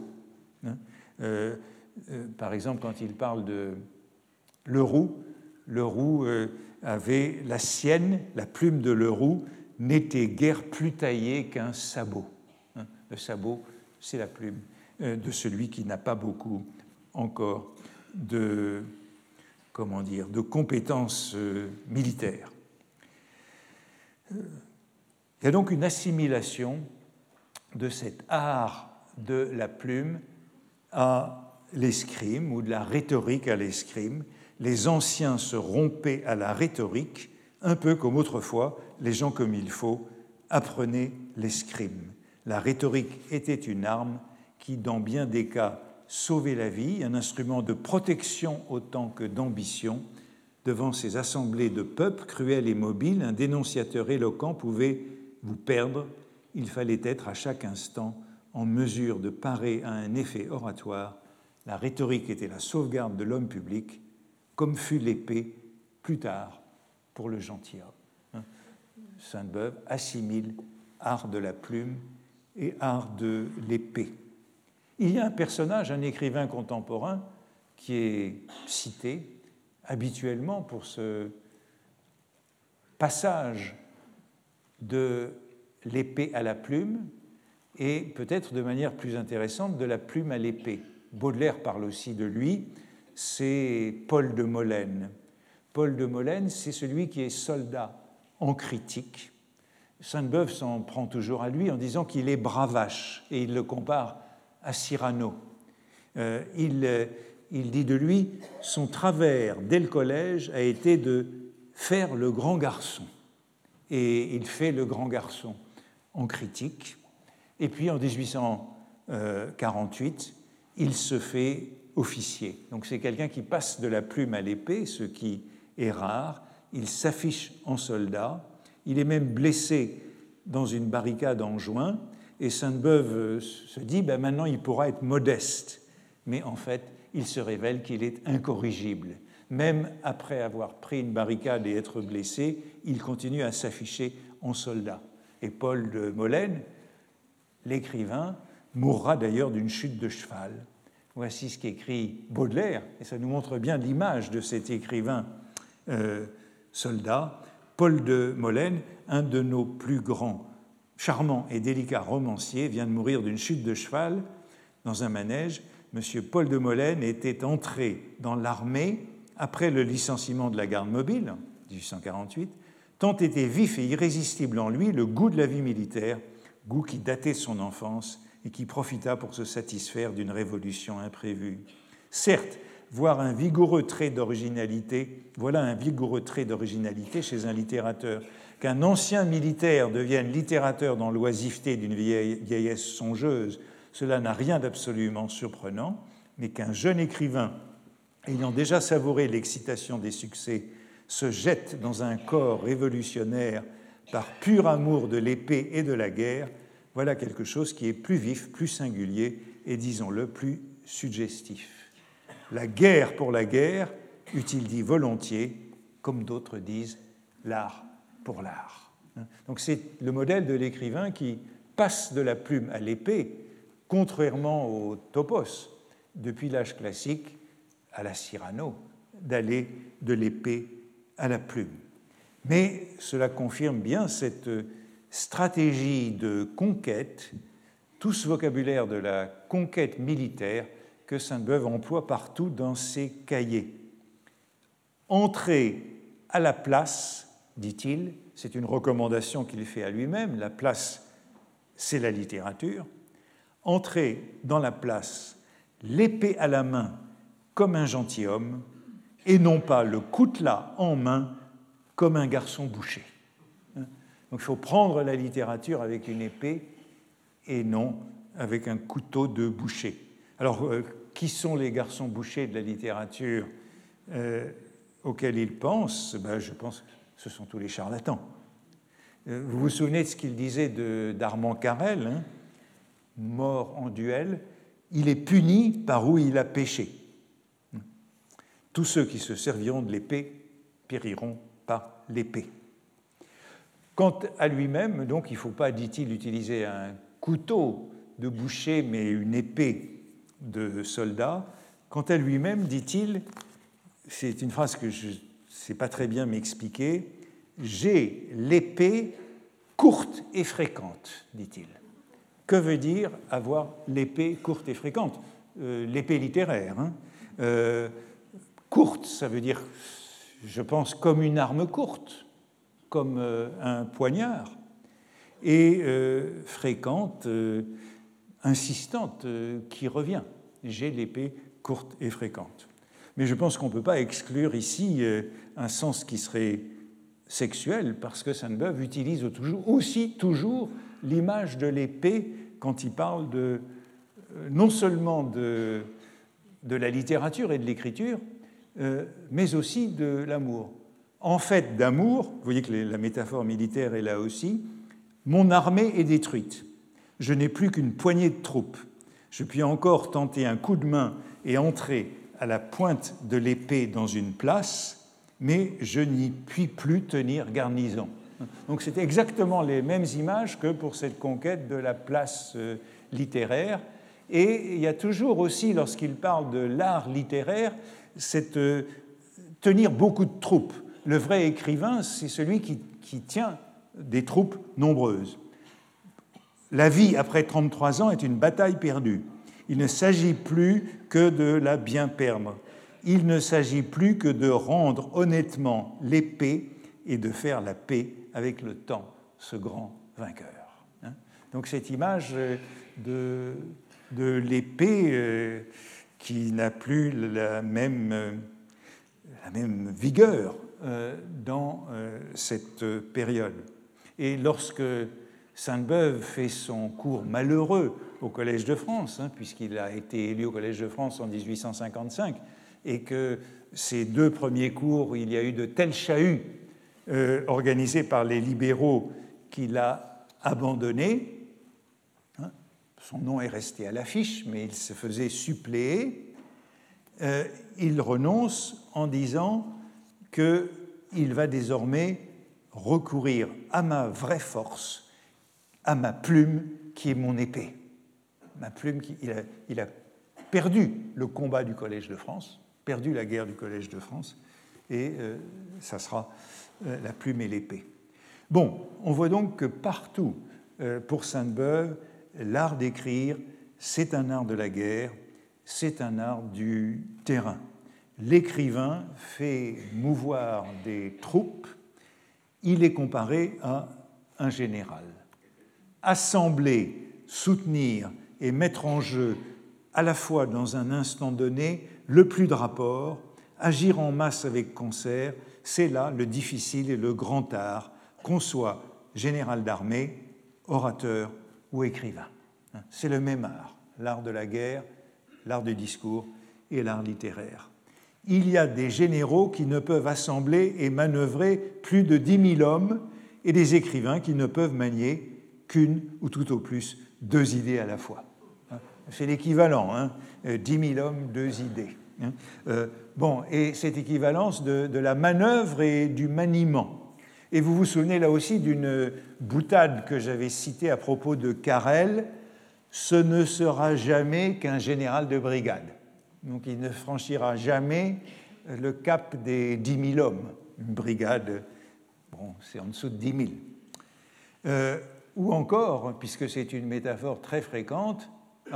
Par exemple, quand il parle de Leroux, Leroux avait la sienne, la plume de Leroux n'était guère plus taillée qu'un sabot. Le sabot, c'est la plume de celui qui n'a pas beaucoup encore de compétences militaires. Il y a donc une assimilation de cet art de la plume à l'escrime ou de la rhétorique à l'escrime. Les anciens se rompaient à la rhétorique, un peu comme autrefois les gens comme il faut apprenaient l'escrime. La rhétorique était une arme qui, dans bien des cas, sauvait la vie, un instrument de protection autant que d'ambition. Devant ces assemblées de peuples cruels et mobiles, un dénonciateur éloquent pouvait vous perdre. Il fallait être à chaque instant en mesure de parer à un effet oratoire. La rhétorique était la sauvegarde de l'homme public, comme fut l'épée plus tard pour le gentilhomme. Sainte-Beuve assimile art de la plume et art de l'épée. Il y a un personnage, un écrivain contemporain, qui est cité habituellement pour ce passage de l'épée à la plume et peut-être de manière plus intéressante de la plume à l'épée. Baudelaire parle aussi de lui, c'est Paul de Molène. Paul de Molène, c'est celui qui est soldat en critique. Sainte-Beuve s'en prend toujours à lui en disant qu'il est bravache et il le compare à Cyrano. Il dit de lui, son travers dès le collège a été de faire le grand garçon. Et il fait le grand garçon en critique. Et puis en 1848, il se fait officier. Donc c'est quelqu'un qui passe de la plume à l'épée, ce qui est rare. Il s'affiche en soldat. Il est même blessé dans une barricade en juin. Et Sainte-Beuve se dit, maintenant il pourra être modeste. Mais en fait, il se révèle qu'il est incorrigible. Même après avoir pris une barricade et être blessé, il continue à s'afficher en soldat. Et Paul de Molène, l'écrivain, mourra d'ailleurs d'une chute de cheval. Voici ce qu'écrit Baudelaire, et ça nous montre bien l'image de cet écrivain soldat. Paul de Molène, un de nos plus grands, charmants et délicats romanciers, vient de mourir d'une chute de cheval dans un manège. Monsieur Paul de Molène était entré dans l'armée après le licenciement de la garde mobile, en 1848, tant était vif et irrésistible en lui le goût de la vie militaire, goût qui datait de son enfance et qui profita pour se satisfaire d'une révolution imprévue. Certes, voilà un vigoureux trait d'originalité chez un littérateur. Qu'un ancien militaire devienne littérateur dans l'oisiveté d'une vieillesse songeuse, cela n'a rien d'absolument surprenant, mais qu'un jeune écrivain, ayant déjà savouré l'excitation des succès, se jette dans un corps révolutionnaire par pur amour de l'épée et de la guerre, voilà quelque chose qui est plus vif, plus singulier et, disons-le, plus suggestif. La guerre pour la guerre, eût-il dit volontiers, comme d'autres disent, l'art pour l'art. Donc c'est le modèle de l'écrivain qui passe de la plume à l'épée, contrairement au topos, depuis l'âge classique à la Cyrano, d'aller de l'épée à la plume. Mais cela confirme bien cette stratégie de conquête, tout ce vocabulaire de la conquête militaire que Sainte-Beuve emploie partout dans ses cahiers. Entrer à la place, dit-il, c'est une recommandation qu'il fait à lui-même, la place, c'est la littérature. Entrer dans la place, l'épée à la main, comme un gentilhomme, et non pas le coutelas en main, comme un garçon boucher. Donc il faut prendre la littérature avec une épée et non avec un couteau de boucher. Alors, qui sont les garçons bouchers de la littérature auxquels il pense? Je pense que ce sont tous les charlatans. Vous vous souvenez de ce qu'il disait d'Armand Carrel, mort en duel, il est puni par où il a péché. Tous ceux qui se serviront de l'épée périront par l'épée. Quant à lui-même, donc, il ne faut pas, dit-il, utiliser un couteau de boucher, mais une épée de soldat. Quant à lui-même, dit-il, c'est une phrase que je ne sais pas très bien m'expliquer, j'ai l'épée courte et fréquente, dit-il. Que veut dire avoir l'épée courte et fréquente? L'épée littéraire. Courte, ça veut dire, je pense, comme une arme courte, comme un poignard, et fréquente, insistante, qui revient. J'ai l'épée courte et fréquente. Mais je pense qu'on ne peut pas exclure ici un sens qui serait sexuel, parce que Sainte-Beuve utilise aussi toujours l'image de l'épée quand il parle non seulement de la littérature et de l'écriture, mais aussi de l'amour. En fait d'amour, vous voyez que la métaphore militaire est là aussi, mon armée est détruite. Je n'ai plus qu'une poignée de troupes. Je puis encore tenter un coup de main et entrer à la pointe de l'épée dans une place, mais je n'y puis plus tenir garnison. Donc c'est exactement les mêmes images que pour cette conquête de la place littéraire. Et il y a toujours aussi, lorsqu'il parle de l'art littéraire, cette tenir beaucoup de troupes. Le vrai écrivain, c'est celui qui tient des troupes nombreuses. La vie après 33 ans est une bataille perdue. Il ne s'agit plus que de la bien perdre. Il ne s'agit plus que de rendre honnêtement l'épée et de faire la paix avec le temps, ce grand vainqueur. Donc cette image de l'épée qui n'a plus la même vigueur dans cette période. Et lorsque Sainte-Beuve fait son cours malheureux au Collège de France, puisqu'il a été élu au Collège de France en 1855, et que ces 2 premiers cours, il y a eu de tels chahuts organisés par les libéraux qu'il a abandonné. Son nom est resté à l'affiche, mais il se faisait suppléer. Il renonce en disant qu'il va désormais recourir à ma vraie force, à ma plume qui est mon épée. Ma plume, il a perdu le combat du Collège de France, perdu la guerre du Collège de France, et ça sera la plume et l'épée. Bon, on voit donc que partout, pour Sainte-Beuve, l'art d'écrire, c'est un art de la guerre, c'est un art du terrain. L'écrivain fait mouvoir des troupes, il est comparé à un général. Assembler, soutenir et mettre en jeu, à la fois dans un instant donné, le plus de rapports, agir en masse avec concert, c'est là le difficile et le grand art, qu'on soit général d'armée, orateur ou écrivain. C'est le même art, l'art de la guerre, l'art du discours et l'art littéraire. Il y a des généraux qui ne peuvent assembler et manœuvrer plus de 10 000 hommes et des écrivains qui ne peuvent manier qu'une ou tout au plus 2 idées à la fois. C'est l'équivalent, 10 000 hommes, 2 idées. Bon, et cette équivalence de la manœuvre et du maniement. Et vous vous souvenez là aussi d'une boutade que j'avais citée à propos de Carrel, ce ne sera jamais qu'un général de brigade. Donc il ne franchira jamais le cap des 10 000 hommes. Une brigade, bon, c'est en dessous de 10 000. Ou encore, puisque c'est une métaphore très fréquente,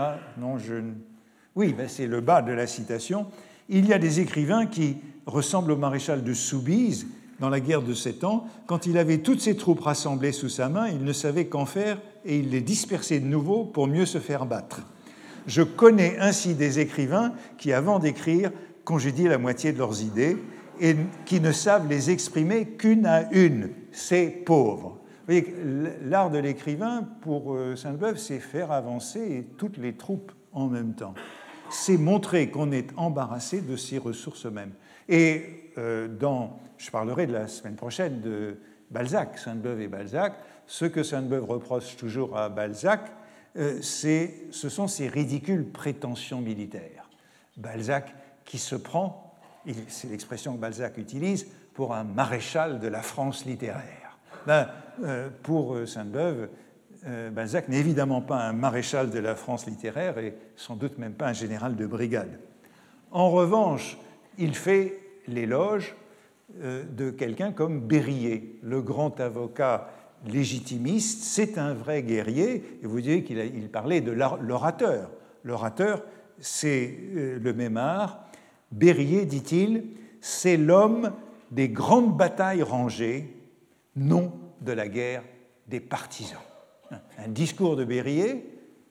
oui, ben c'est le bas de la citation, il y a des écrivains qui ressemblent au maréchal de Soubise dans la guerre de 7 ans. Quand il avait toutes ses troupes rassemblées sous sa main, il ne savait qu'en faire et il les dispersait de nouveau pour mieux se faire battre. Je connais ainsi des écrivains qui, avant d'écrire, congédient la moitié de leurs idées et qui ne savent les exprimer qu'une à une. C'est pauvre. Vous voyez, l'art de l'écrivain, pour Sainte-Beuve, c'est faire avancer toutes les troupes en même temps. C'est montrer qu'on est embarrassé de ses ressources mêmes. Et je parlerai de la semaine prochaine de Balzac, Sainte-Beuve et Balzac. Ce que Sainte-Beuve reproche toujours à Balzac, ce sont ses ridicules prétentions militaires. Balzac qui se prend, c'est l'expression que Balzac utilise, pour un maréchal de la France littéraire. Pour Sainte-Beuve, Balzac n'est évidemment pas un maréchal de la France littéraire et sans doute même pas un général de brigade. En revanche, il fait l'éloge de quelqu'un comme Berryer, le grand avocat légitimiste, c'est un vrai guerrier. Et vous direz qu'il parlait de l'orateur. L'orateur, c'est le même art. Berryer, dit-il, c'est l'homme des grandes batailles rangées, non de la guerre des partisans. Un discours de Berryer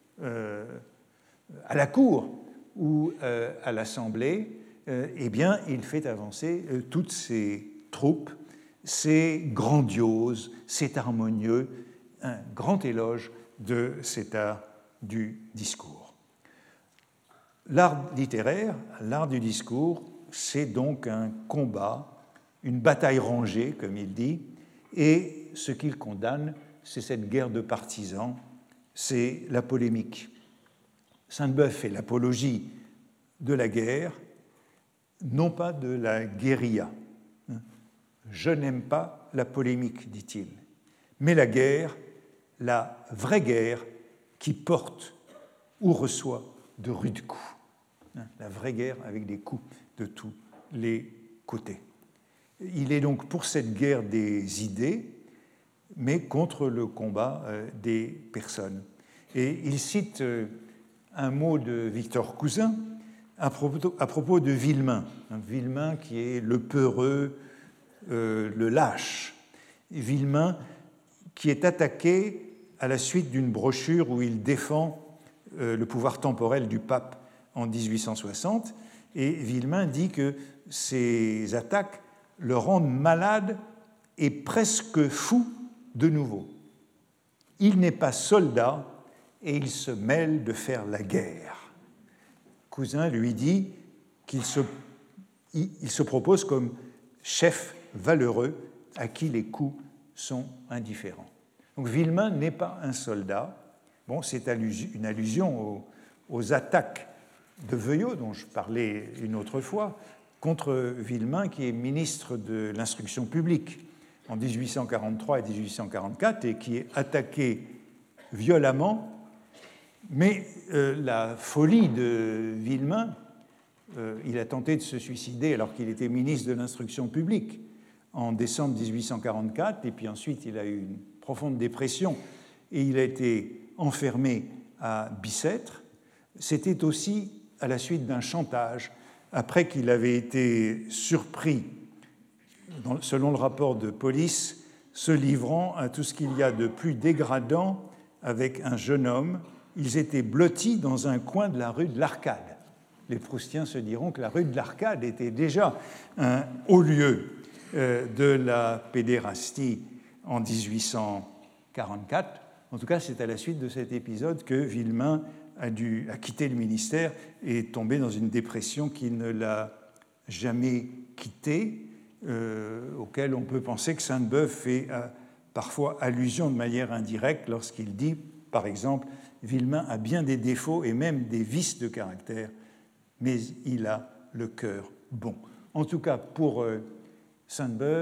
à la cour ou à l'Assemblée, eh bien, il fait avancer toutes ces troupes. C'est grandiose, c'est harmonieux, un grand éloge de cet art du discours. L'art littéraire, l'art du discours, c'est donc un combat, une bataille rangée, comme il dit, et ce qu'il condamne, c'est cette guerre de partisans, c'est la polémique. Sainte-Beuve fait l'apologie de la guerre, non pas de la guérilla. Je n'aime pas la polémique, dit-il, mais la guerre, la vraie guerre qui porte ou reçoit de rudes coups. La vraie guerre avec des coups de tous les côtés. Il est donc pour cette guerre des idées, mais contre le combat des personnes. Et il cite un mot de Victor Cousin à propos de Villemain. Villemain qui est le peureux, le lâche. Villemain qui est attaqué à la suite d'une brochure où il défend le pouvoir temporel du pape en 1860, et Villemain dit que ces attaques le rendent malade et presque fou de nouveau. Il n'est pas soldat et il se mêle de faire la guerre. Cousin lui dit qu'il se propose comme chef valeureux à qui les coups sont indifférents. Donc Villemain n'est pas un soldat. Bon, c'est une allusion aux attaques de Veuillot, dont je parlais une autre fois, contre Villemain, qui est ministre de l'Instruction publique en 1843 et 1844, et qui est attaqué violemment. Mais la folie de Villemain, il a tenté de se suicider alors qu'il était ministre de l'Instruction publique en décembre 1844, et puis ensuite il a eu une profonde dépression, et il a été enfermé à Bicêtre. C'était aussi à la suite d'un chantage, après qu'il avait été surpris, selon le rapport de police, se livrant à tout ce qu'il y a de plus dégradant avec un jeune homme. Ils étaient blottis dans un coin de la rue de l'Arcade. Les Proustiens se diront que la rue de l'Arcade était déjà un haut lieu de la pédérastie en 1844. En tout cas, c'est à la suite de cet épisode que Villemain a quitté le ministère et est tombé dans une dépression qui ne l'a jamais quitté, auquel on peut penser que Sainte-Beuve fait parfois allusion de manière indirecte lorsqu'il dit, par exemple, Villemain a bien des défauts et même des vices de caractère, mais il a le cœur bon. En tout cas, pour Sainte-Beuve,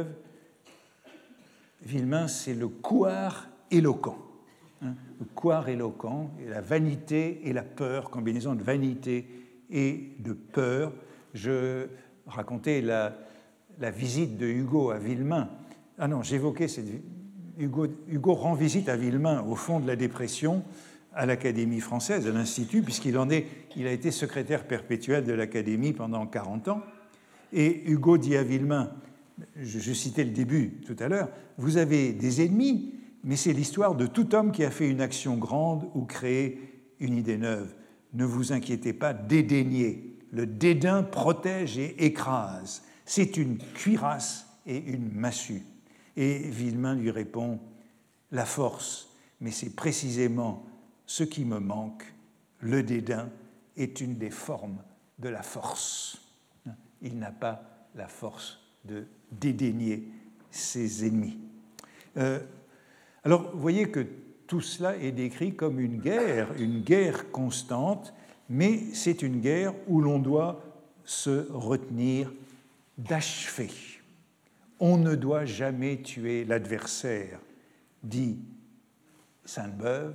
Villemain, c'est le couard éloquent. Le couard éloquent, et la vanité et la peur, combinaison de vanité et de peur. Je racontais la visite de Hugo à Villemain. Ah non, j'évoquais Hugo rend visite à Villemain au fond de la dépression à l'Académie française, à l'Institut, il a été secrétaire perpétuel de l'Académie pendant 40 ans. Et Hugo dit à Villemain, je citais le début tout à l'heure, vous avez des ennemis, mais c'est l'histoire de tout homme qui a fait une action grande ou créé une idée neuve. Ne vous inquiétez pas, dédaignez. Le dédain protège et écrase. C'est une cuirasse et une massue. Et Villemain lui répond, la force, mais c'est précisément ce qui me manque. Le dédain est une des formes de la force. Il n'a pas la force de dédaigner ses ennemis. Alors, vous voyez que tout cela est décrit comme une guerre constante, mais c'est une guerre où l'on doit se retenir d'achever. On ne doit jamais tuer l'adversaire, dit Sainte-Beuve,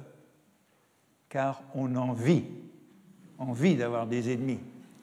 car on envie d'avoir des ennemis.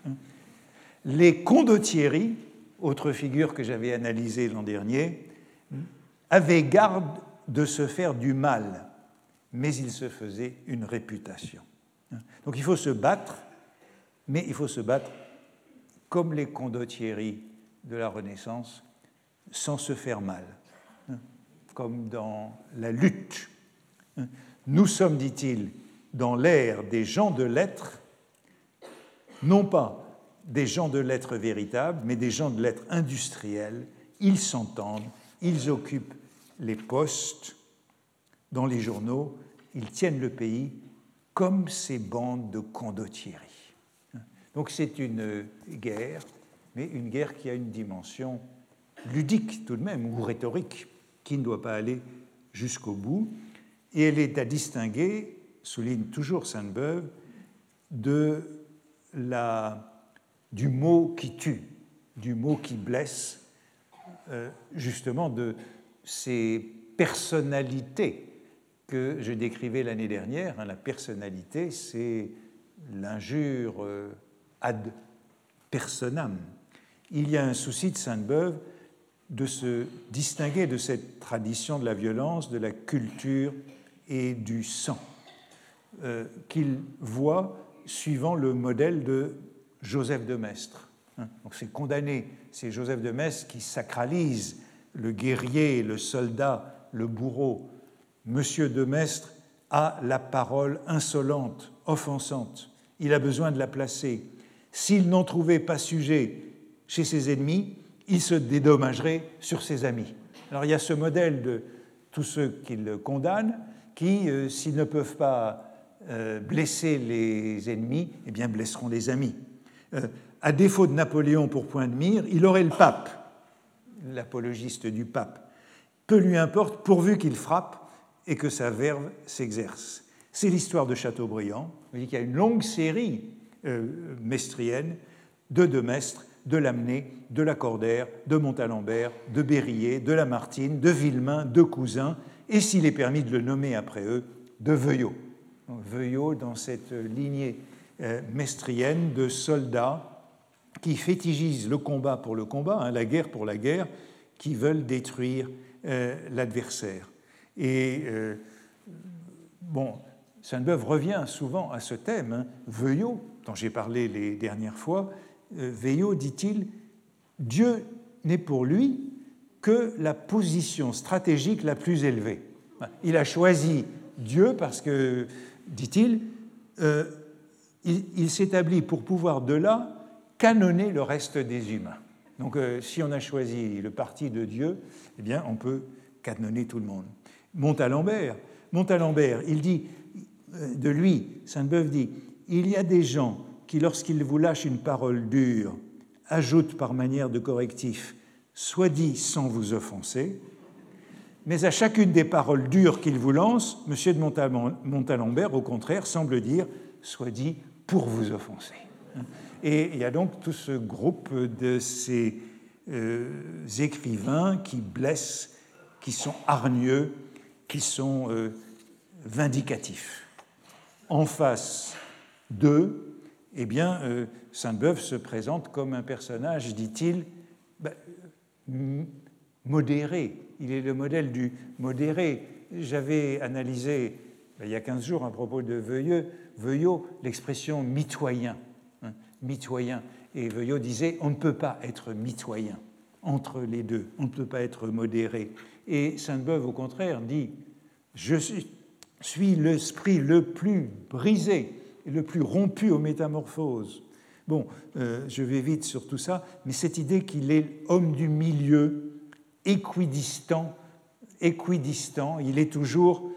Les condottieri, autre figure que j'avais analysée l'an dernier, avaient garde de se faire du mal, mais il se faisait une réputation. Donc il faut se battre, mais il faut se battre comme les condottieri de la Renaissance, sans se faire mal, comme dans la lutte. Nous sommes, dit-il, dans l'ère des gens de lettres, non pas des gens de lettres véritables, mais des gens de lettres industriels. Ils s'entendent, ils occupent les postes dans les journaux, ils tiennent le pays comme ces bandes de condottieri. Donc c'est une guerre, mais une guerre qui a une dimension ludique tout de même, ou rhétorique, qui ne doit pas aller jusqu'au bout. Et elle est à distinguer, souligne toujours Sainte-Beuve, du mot qui tue, du mot qui blesse, justement de ces personnalités que je décrivais l'année dernière. La personnalité, c'est l'injure ad personam. Il y a un souci de Sainte-Beuve de se distinguer de cette tradition de la violence, de la culture et du sang, qu'il voit suivant le modèle de Joseph de Maistre. Donc c'est condamné, c'est Joseph de Maistre qui sacralise le guerrier, le soldat, le bourreau. Monsieur de Maistre a la parole insolente, offensante. Il a besoin de la placer. S'il n'en trouvait pas sujet chez ses ennemis, il se dédommagerait sur ses amis. Alors il y a ce modèle de tous ceux qu'il condamne qui, s'ils ne peuvent pas blesser les ennemis, eh bien blesseront les amis. À défaut de Napoléon pour point de mire, il aurait le pape, l'apologiste du pape. Peu lui importe pourvu qu'il frappe et que sa verve s'exerce. C'est l'histoire de Chateaubriand. Vous voyez qu'il y a une longue série mestrienne de Maistre, de Lamennais, de Lacordaire, de Montalembert, de Berryer, de Lamartine, de Villemain, de Cousin, et s'il est permis de le nommer après eux, de Veuillot. Veuillot dans cette lignée mestrienne de soldats qui fétichisent le combat pour le combat, la guerre pour la guerre, qui veulent détruire l'adversaire. Et Sainte-Beuve revient souvent à ce thème. Veuillot, dont j'ai parlé les dernières fois, Veuillot, dit-il, Dieu n'est pour lui que la position stratégique la plus élevée. Il a choisi Dieu parce que, dit-il, il s'établit pour pouvoir de là canonner le reste des humains. Donc si on a choisi le parti de Dieu, eh bien on peut canonner tout le monde. Montalembert, il dit de lui, Sainte-Beuve dit, il y a des gens qui, lorsqu'ils vous lâchent une parole dure, ajoutent par manière de correctif, soit dit sans vous offenser, mais à chacune des paroles dures qu'ils vous lancent, M. de Montalembert, au contraire, semble dire, soit dit pour vous offenser. Et il y a donc tout ce groupe de ces écrivains qui blessent, qui sont hargneux, qui sont vindicatifs. En face d'eux, eh bien, Sainte-Beuve se présente comme un personnage, dit-il, modéré. Il est le modèle du modéré. J'avais analysé, il y a 15 jours, à propos de Veuillot, l'expression mitoyen. Mitoyen. Et Veuillot disait, on ne peut pas être mitoyen entre les deux, on ne peut pas être modéré. Et Sainte-Beuve, au contraire, dit, je suis l'esprit le plus brisé et le plus rompu aux métamorphoses. Bon, je vais vite sur tout ça, mais cette idée qu'il est homme du milieu, équidistant, il est toujours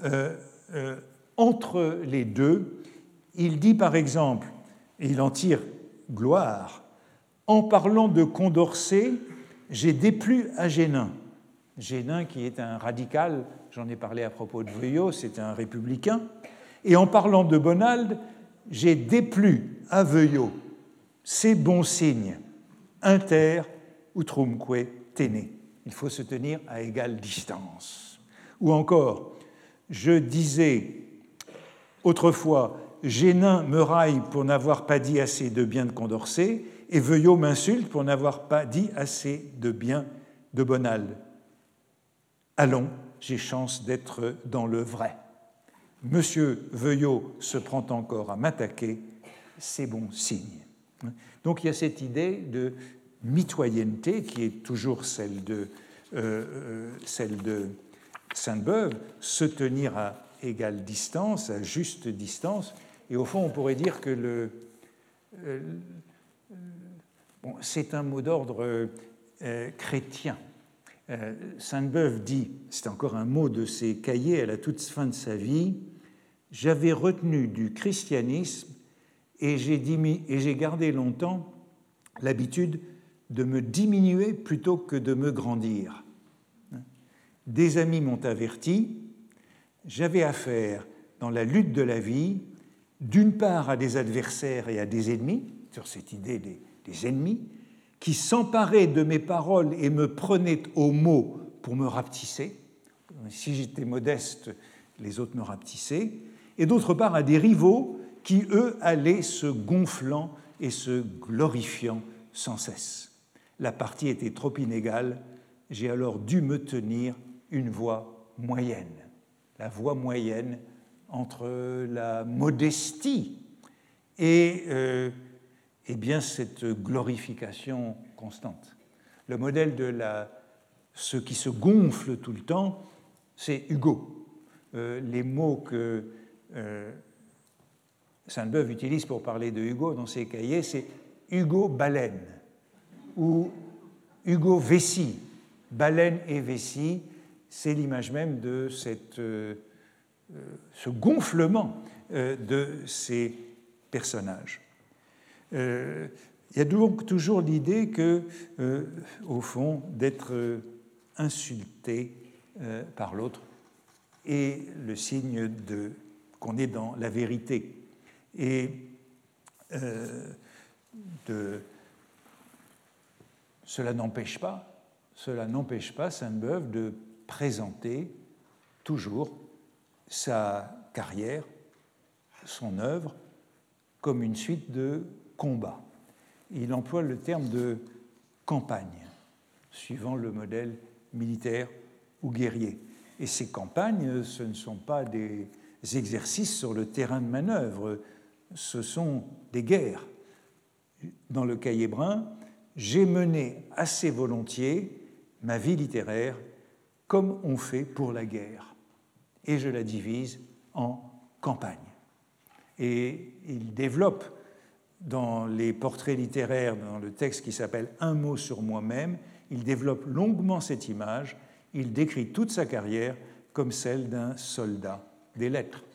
entre les deux. Il dit par exemple, et il en tire gloire, en parlant de Condorcet, j'ai déplu à Génin. Génin qui est un radical, j'en ai parlé à propos de Veuillot, c'est un républicain. Et en parlant de Bonald, j'ai déplu à Veuillot. C'est bon signe. Inter utrumque tene. Il faut se tenir à égale distance. Ou encore, je disais autrefois, Génin me raille pour n'avoir pas dit assez de bien de Condorcet, et Veuillot m'insulte pour n'avoir pas dit assez de bien de Bonald. Allons, j'ai chance d'être dans le vrai. Monsieur Veuillot se prend encore à m'attaquer, c'est bon signe. Donc il y a cette idée de mitoyenneté qui est toujours celle de Sainte-Beuve, se tenir à égale distance, à juste distance. Et au fond, on pourrait dire que c'est un mot d'ordre chrétien. Sainte-Beuve dit, c'est encore un mot de ses cahiers à la toute fin de sa vie, « J'avais retenu du christianisme et j'ai gardé longtemps l'habitude de me diminuer plutôt que de me grandir. Des amis m'ont averti, j'avais affaire dans la lutte de la vie, d'une part à des adversaires et à des ennemis, sur cette idée des ennemis, qui s'emparaient de mes paroles et me prenaient au mot pour me rapetisser. Si j'étais modeste, les autres me rapetissaient. Et d'autre part à des rivaux qui, eux, allaient se gonflant et se glorifiant sans cesse. La partie était trop inégale, j'ai alors dû me tenir une voie moyenne. La voie moyenne entre la modestie et bien cette glorification constante. Le modèle de ce qui se gonfle tout le temps, c'est Hugo. Les mots que Sainte-Beuve utilise pour parler de Hugo dans ses cahiers, c'est Hugo baleine ou Hugo vessie. Baleine et vessie, c'est l'image même de ce gonflement de ces personnages. Il y a donc toujours l'idée que, au fond, d'être insulté par l'autre est le signe qu'on est dans la vérité. Et cela n'empêche pas Sainte-Beuve de présenter toujours sa carrière, son œuvre, comme une suite de combats. Il emploie le terme de campagne, suivant le modèle militaire ou guerrier. Et ces campagnes, ce ne sont pas des exercices sur le terrain de manœuvre, ce sont des guerres. Dans le Cahier brun, j'ai mené assez volontiers ma vie littéraire comme on fait pour la guerre, et je la divise en campagnes. Et il développe dans les portraits littéraires, dans le texte qui s'appelle « Un mot sur moi-même », il développe longuement cette image, il décrit toute sa carrière comme celle d'un soldat des lettres.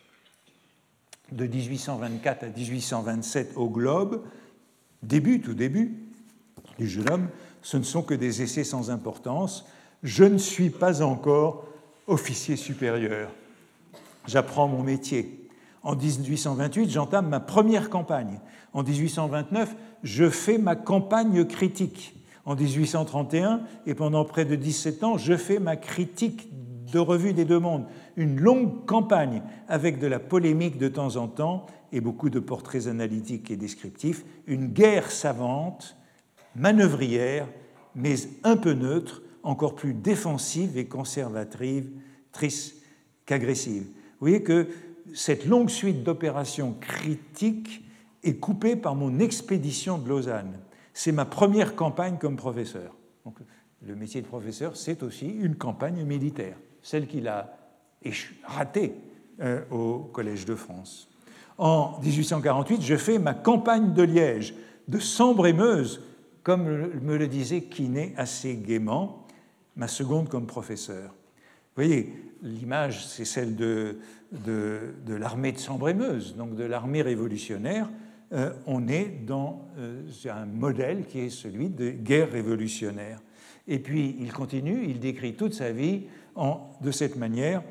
De 1824 à 1827 au Globe, tout début du jeune homme, ce ne sont que des essais sans importance. Je ne suis pas encore officier supérieur. J'apprends mon métier. En 1828, j'entame ma première campagne. En 1829, je fais ma campagne critique. En 1831, et pendant près de 17 ans, je fais ma critique de Revue des Deux Mondes. Une longue campagne avec de la polémique de temps en temps et beaucoup de portraits analytiques et descriptifs. Une guerre savante, manœuvrière, mais un peu neutre, encore plus défensive et conservatrice qu'agressive. Vous voyez que cette longue suite d'opérations critiques est coupée par mon expédition de Lausanne. C'est ma première campagne comme professeur. Donc, le métier de professeur, c'est aussi une campagne militaire, celle qu'il a ratée au Collège de France. En 1848, je fais ma campagne de Liège, de Sambre-et-Meuse, comme me le disait Quinet assez gaiement, ma seconde comme professeur. Vous voyez, l'image, c'est celle de l'armée de Sambre-et-Meuse, donc de l'armée révolutionnaire. On est dans un modèle qui est celui de guerre révolutionnaire. Et puis, il continue, il décrit toute sa vie de cette manière.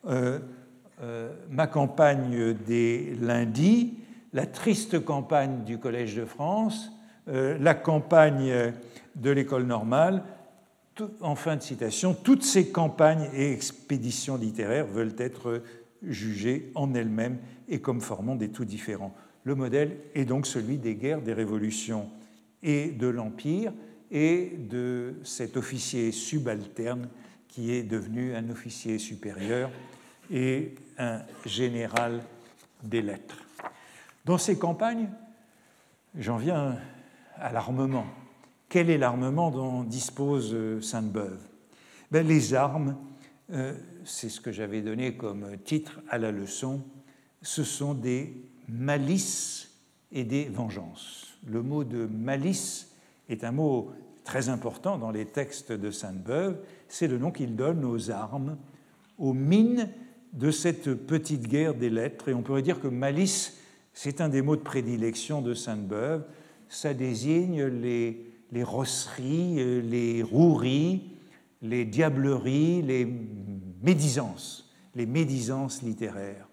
Ma campagne des lundis, la triste campagne du Collège de France, la campagne de l'École normale, en fin de citation, toutes ces campagnes et expéditions littéraires veulent être jugées en elles-mêmes et comme formant des tout différents. Le modèle est donc celui des guerres, des révolutions et de l'Empire et de cet officier subalterne qui est devenu un officier supérieur et un général des lettres. Dans ces campagnes, j'en viens à l'armement. Quel est l'armement dont dispose Sainte-Beuve? Les armes, c'est ce que j'avais donné comme titre à la leçon, ce sont des malices et des vengeances. Le mot de malice est un mot très important dans les textes de Sainte-Beuve. C'est le nom qu'il donne aux armes, aux mines de cette petite guerre des lettres. Et on pourrait dire que malice, c'est un des mots de prédilection de Sainte-Beuve. Ça désigne les rosseries, les roueries, les diableries, les médisances littéraires.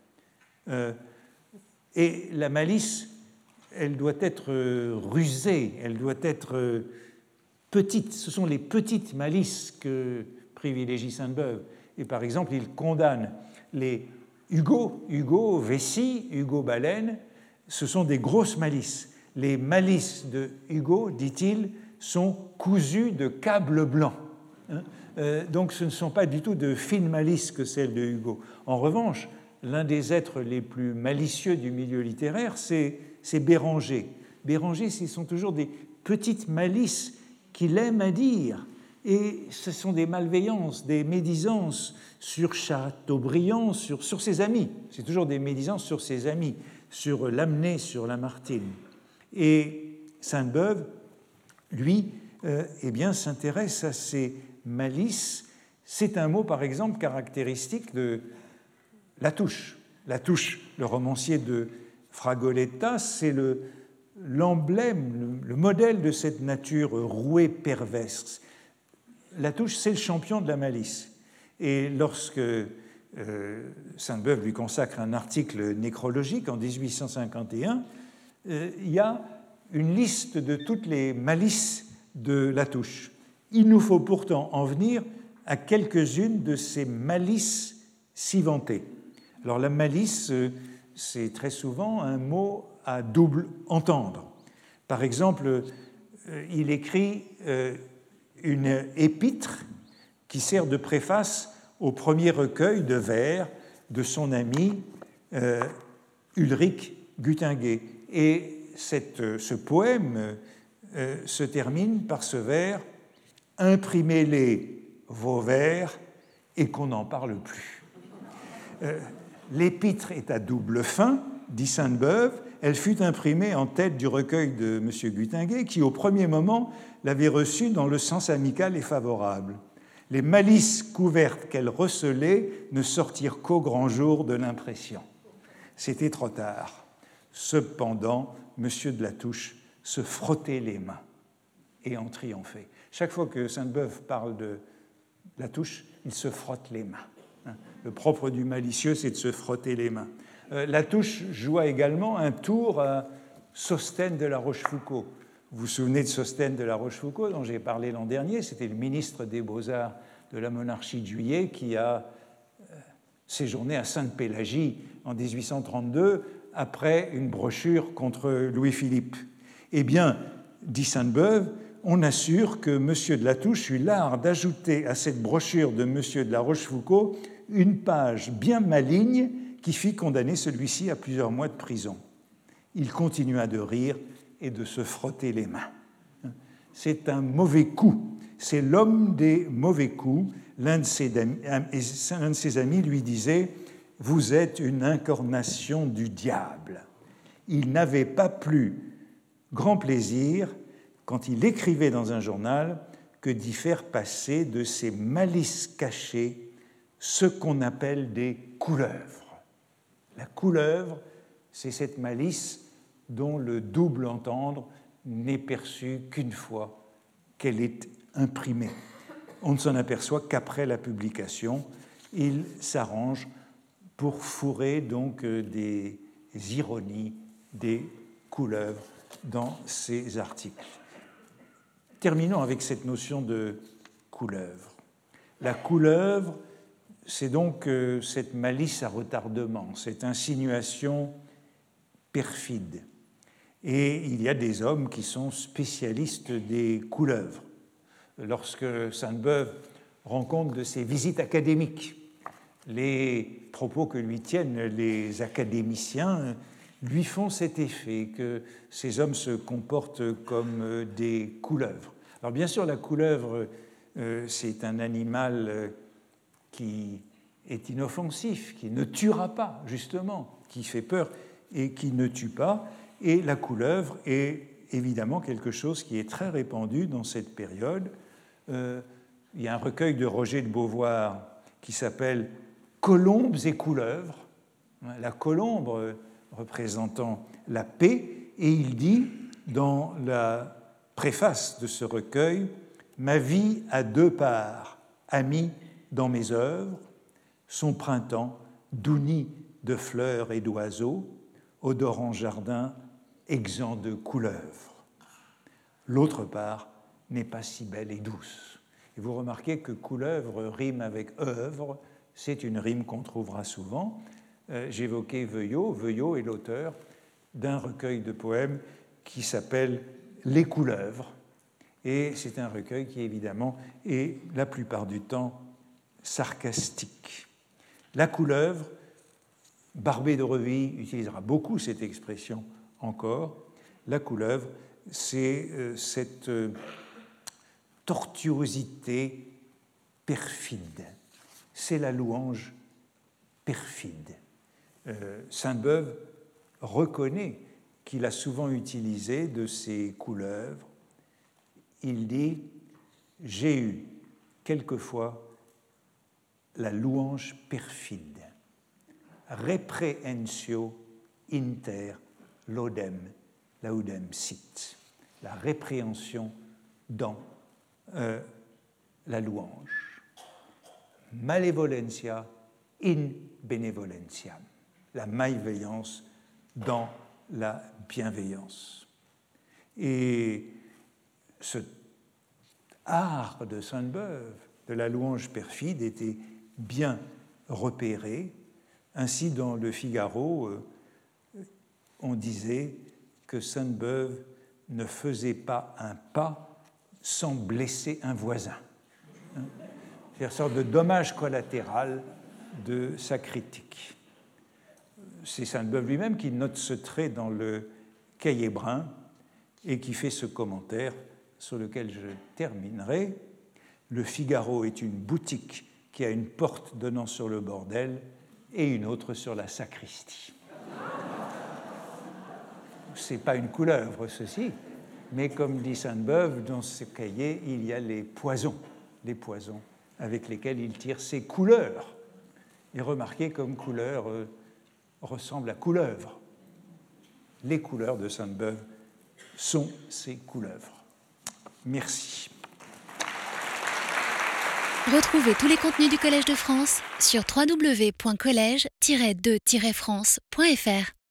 Et la malice, elle doit être rusée, elle doit être petite. Ce sont les petites malices que privilégie Sainte-Beuve. Et par exemple, il condamne les Hugo Vessie, Hugo Baleine, ce sont des grosses malices. Les malices de Hugo, dit-il, sont cousues de câbles blancs. Donc ce ne sont pas du tout de fines malices que celles de Hugo. En revanche, l'un des êtres les plus malicieux du milieu littéraire, c'est Béranger. Béranger, ce sont toujours des petites malices qu'il aime à dire. Et ce sont des malveillances, des médisances sur Chateaubriand, sur ses amis. C'est toujours des médisances sur ses amis, sur Lamennais, sur Lamartine. Et Sainte-Beuve, lui, s'intéresse à ces malices. C'est un mot, par exemple, caractéristique de Latouche. Latouche, le romancier de Fragoletta, c'est l'emblème, le modèle de cette nature rouée perverse. Latouche, c'est le champion de la malice. Et lorsque Sainte-Beuve lui consacre un article nécrologique en 1851, il y a une liste de toutes les malices de Latouche. Il nous faut pourtant en venir à quelques-unes de ces malices si vantées. Alors la malice, c'est très souvent un mot à double entendre. Par exemple, il écrit une épître qui sert de préface au premier recueil de vers de son ami Ulrich Guttinguet. Et ce poème se termine par ce vers « Imprimez-les vos vers et qu'on n'en parle plus ». L'épître est à double fin, dit Sainte-Beuve. Elle fut imprimée en tête du recueil de M. Guttinguet, qui, au premier moment, l'avait reçue dans le sens amical et favorable. Les malices couvertes qu'elle recelait ne sortirent qu'au grand jour de l'impression. C'était trop tard. Cependant, M. de Latouche se frottait les mains et en triomphait. Chaque fois que Sainte-Beuve parle de Latouche, il se frotte les mains. Le propre du malicieux, c'est de se frotter les mains. Latouche joua également un tour à Sosthène de la Rochefoucauld. Vous vous souvenez de Sosthène de la Rochefoucauld, dont j'ai parlé l'an dernier? C'était le ministre des Beaux-Arts de la monarchie de Juillet qui a séjourné à Sainte-Pélagie en 1832 après une brochure contre Louis-Philippe. Eh bien, dit Sainte-Beuve, on assure que M. de Latouche eut l'art d'ajouter à cette brochure de M. de la Rochefoucauld une page bien maligne qui fit condamner celui-ci à plusieurs mois de prison. Il continua de rire et de se frotter les mains. C'est un mauvais coup. C'est l'homme des mauvais coups. L'un de ses amis lui disait « Vous êtes une incarnation du diable ». Il n'avait pas plus grand plaisir, quand il écrivait dans un journal, que d'y faire passer de ces malices cachées ce qu'on appelle des couleuvres. La couleuvre, c'est cette malice dont le double entendre n'est perçu qu'une fois qu'elle est imprimée. On ne s'en aperçoit qu'après la publication. Il s'arrange pour fourrer donc des ironies, des couleuvres dans ses articles. Terminons avec cette notion de couleuvre. La couleuvre, c'est donc cette malice à retardement, cette insinuation perfide. Et il y a des hommes qui sont spécialistes des couleuvres. Lorsque Sainte-Beuve rend compte de ses visites académiques. Les propos que lui tiennent les académiciens lui font cet effet que ces hommes se comportent comme des couleuvres. Alors bien sûr, la couleuvre, c'est un animal qui est inoffensif, qui ne tuera pas, justement, qui fait peur et qui ne tue pas. Et la couleuvre est évidemment quelque chose qui est très répandu dans cette période. Il y a un recueil de Roger de Beauvoir qui s'appelle « Colombes et couleuvres », la colombe représentant la paix, et il dit dans la préface de ce recueil « Ma vie a deux parts, amie dans mes œuvres, son printemps, doux nid de fleurs et d'oiseaux, odorant jardin, exempt de couleuvres. L'autre part n'est pas si belle et douce. » Et vous remarquez que couleuvre rime avec œuvre, c'est une rime qu'on trouvera souvent. J'évoquais Veuillot. Veuillot est l'auteur d'un recueil de poèmes qui s'appelle « Les couleuvres ». Et c'est un recueil qui, évidemment, est la plupart du temps sarcastique. La couleuvre, Barbé d'Aurevilly utilisera beaucoup cette expression encore. La couleuvre, c'est cette tortuosité perfide. C'est la louange perfide. Sainte-Beuve reconnaît qu'il a souvent utilisé de ces couleuvres. Il dit « J'ai eu quelquefois la louange perfide, reprehensio inter laudem sit », la répréhension dans la louange. Malevolentia in benevolentiam, la malveillance dans la bienveillance. Et ce art de Sainte-Beuve, de la louange perfide, était bien repéré. Ainsi, dans le Figaro, on disait que Sainte-Beuve ne faisait pas un pas sans blesser un voisin. C'est une sorte de dommage collatéral de sa critique. C'est Sainte-Beuve lui-même qui note ce trait dans le Cahier brun et qui fait ce commentaire sur lequel je terminerai. Le Figaro est une boutique qui a une porte donnant sur le bordel et une autre sur la sacristie. Ce n'est pas une couleuvre, ceci, mais comme dit Sainte-Beuve, dans ce cahier, il y a les poisons avec lesquels il tire ses couleurs. Et remarquez comme couleur ressemble à couleuvre. Les couleurs de Sainte-Beuve sont ces couleuvres. Merci. Retrouvez tous les contenus du Collège de France sur www.collège-2-france.fr.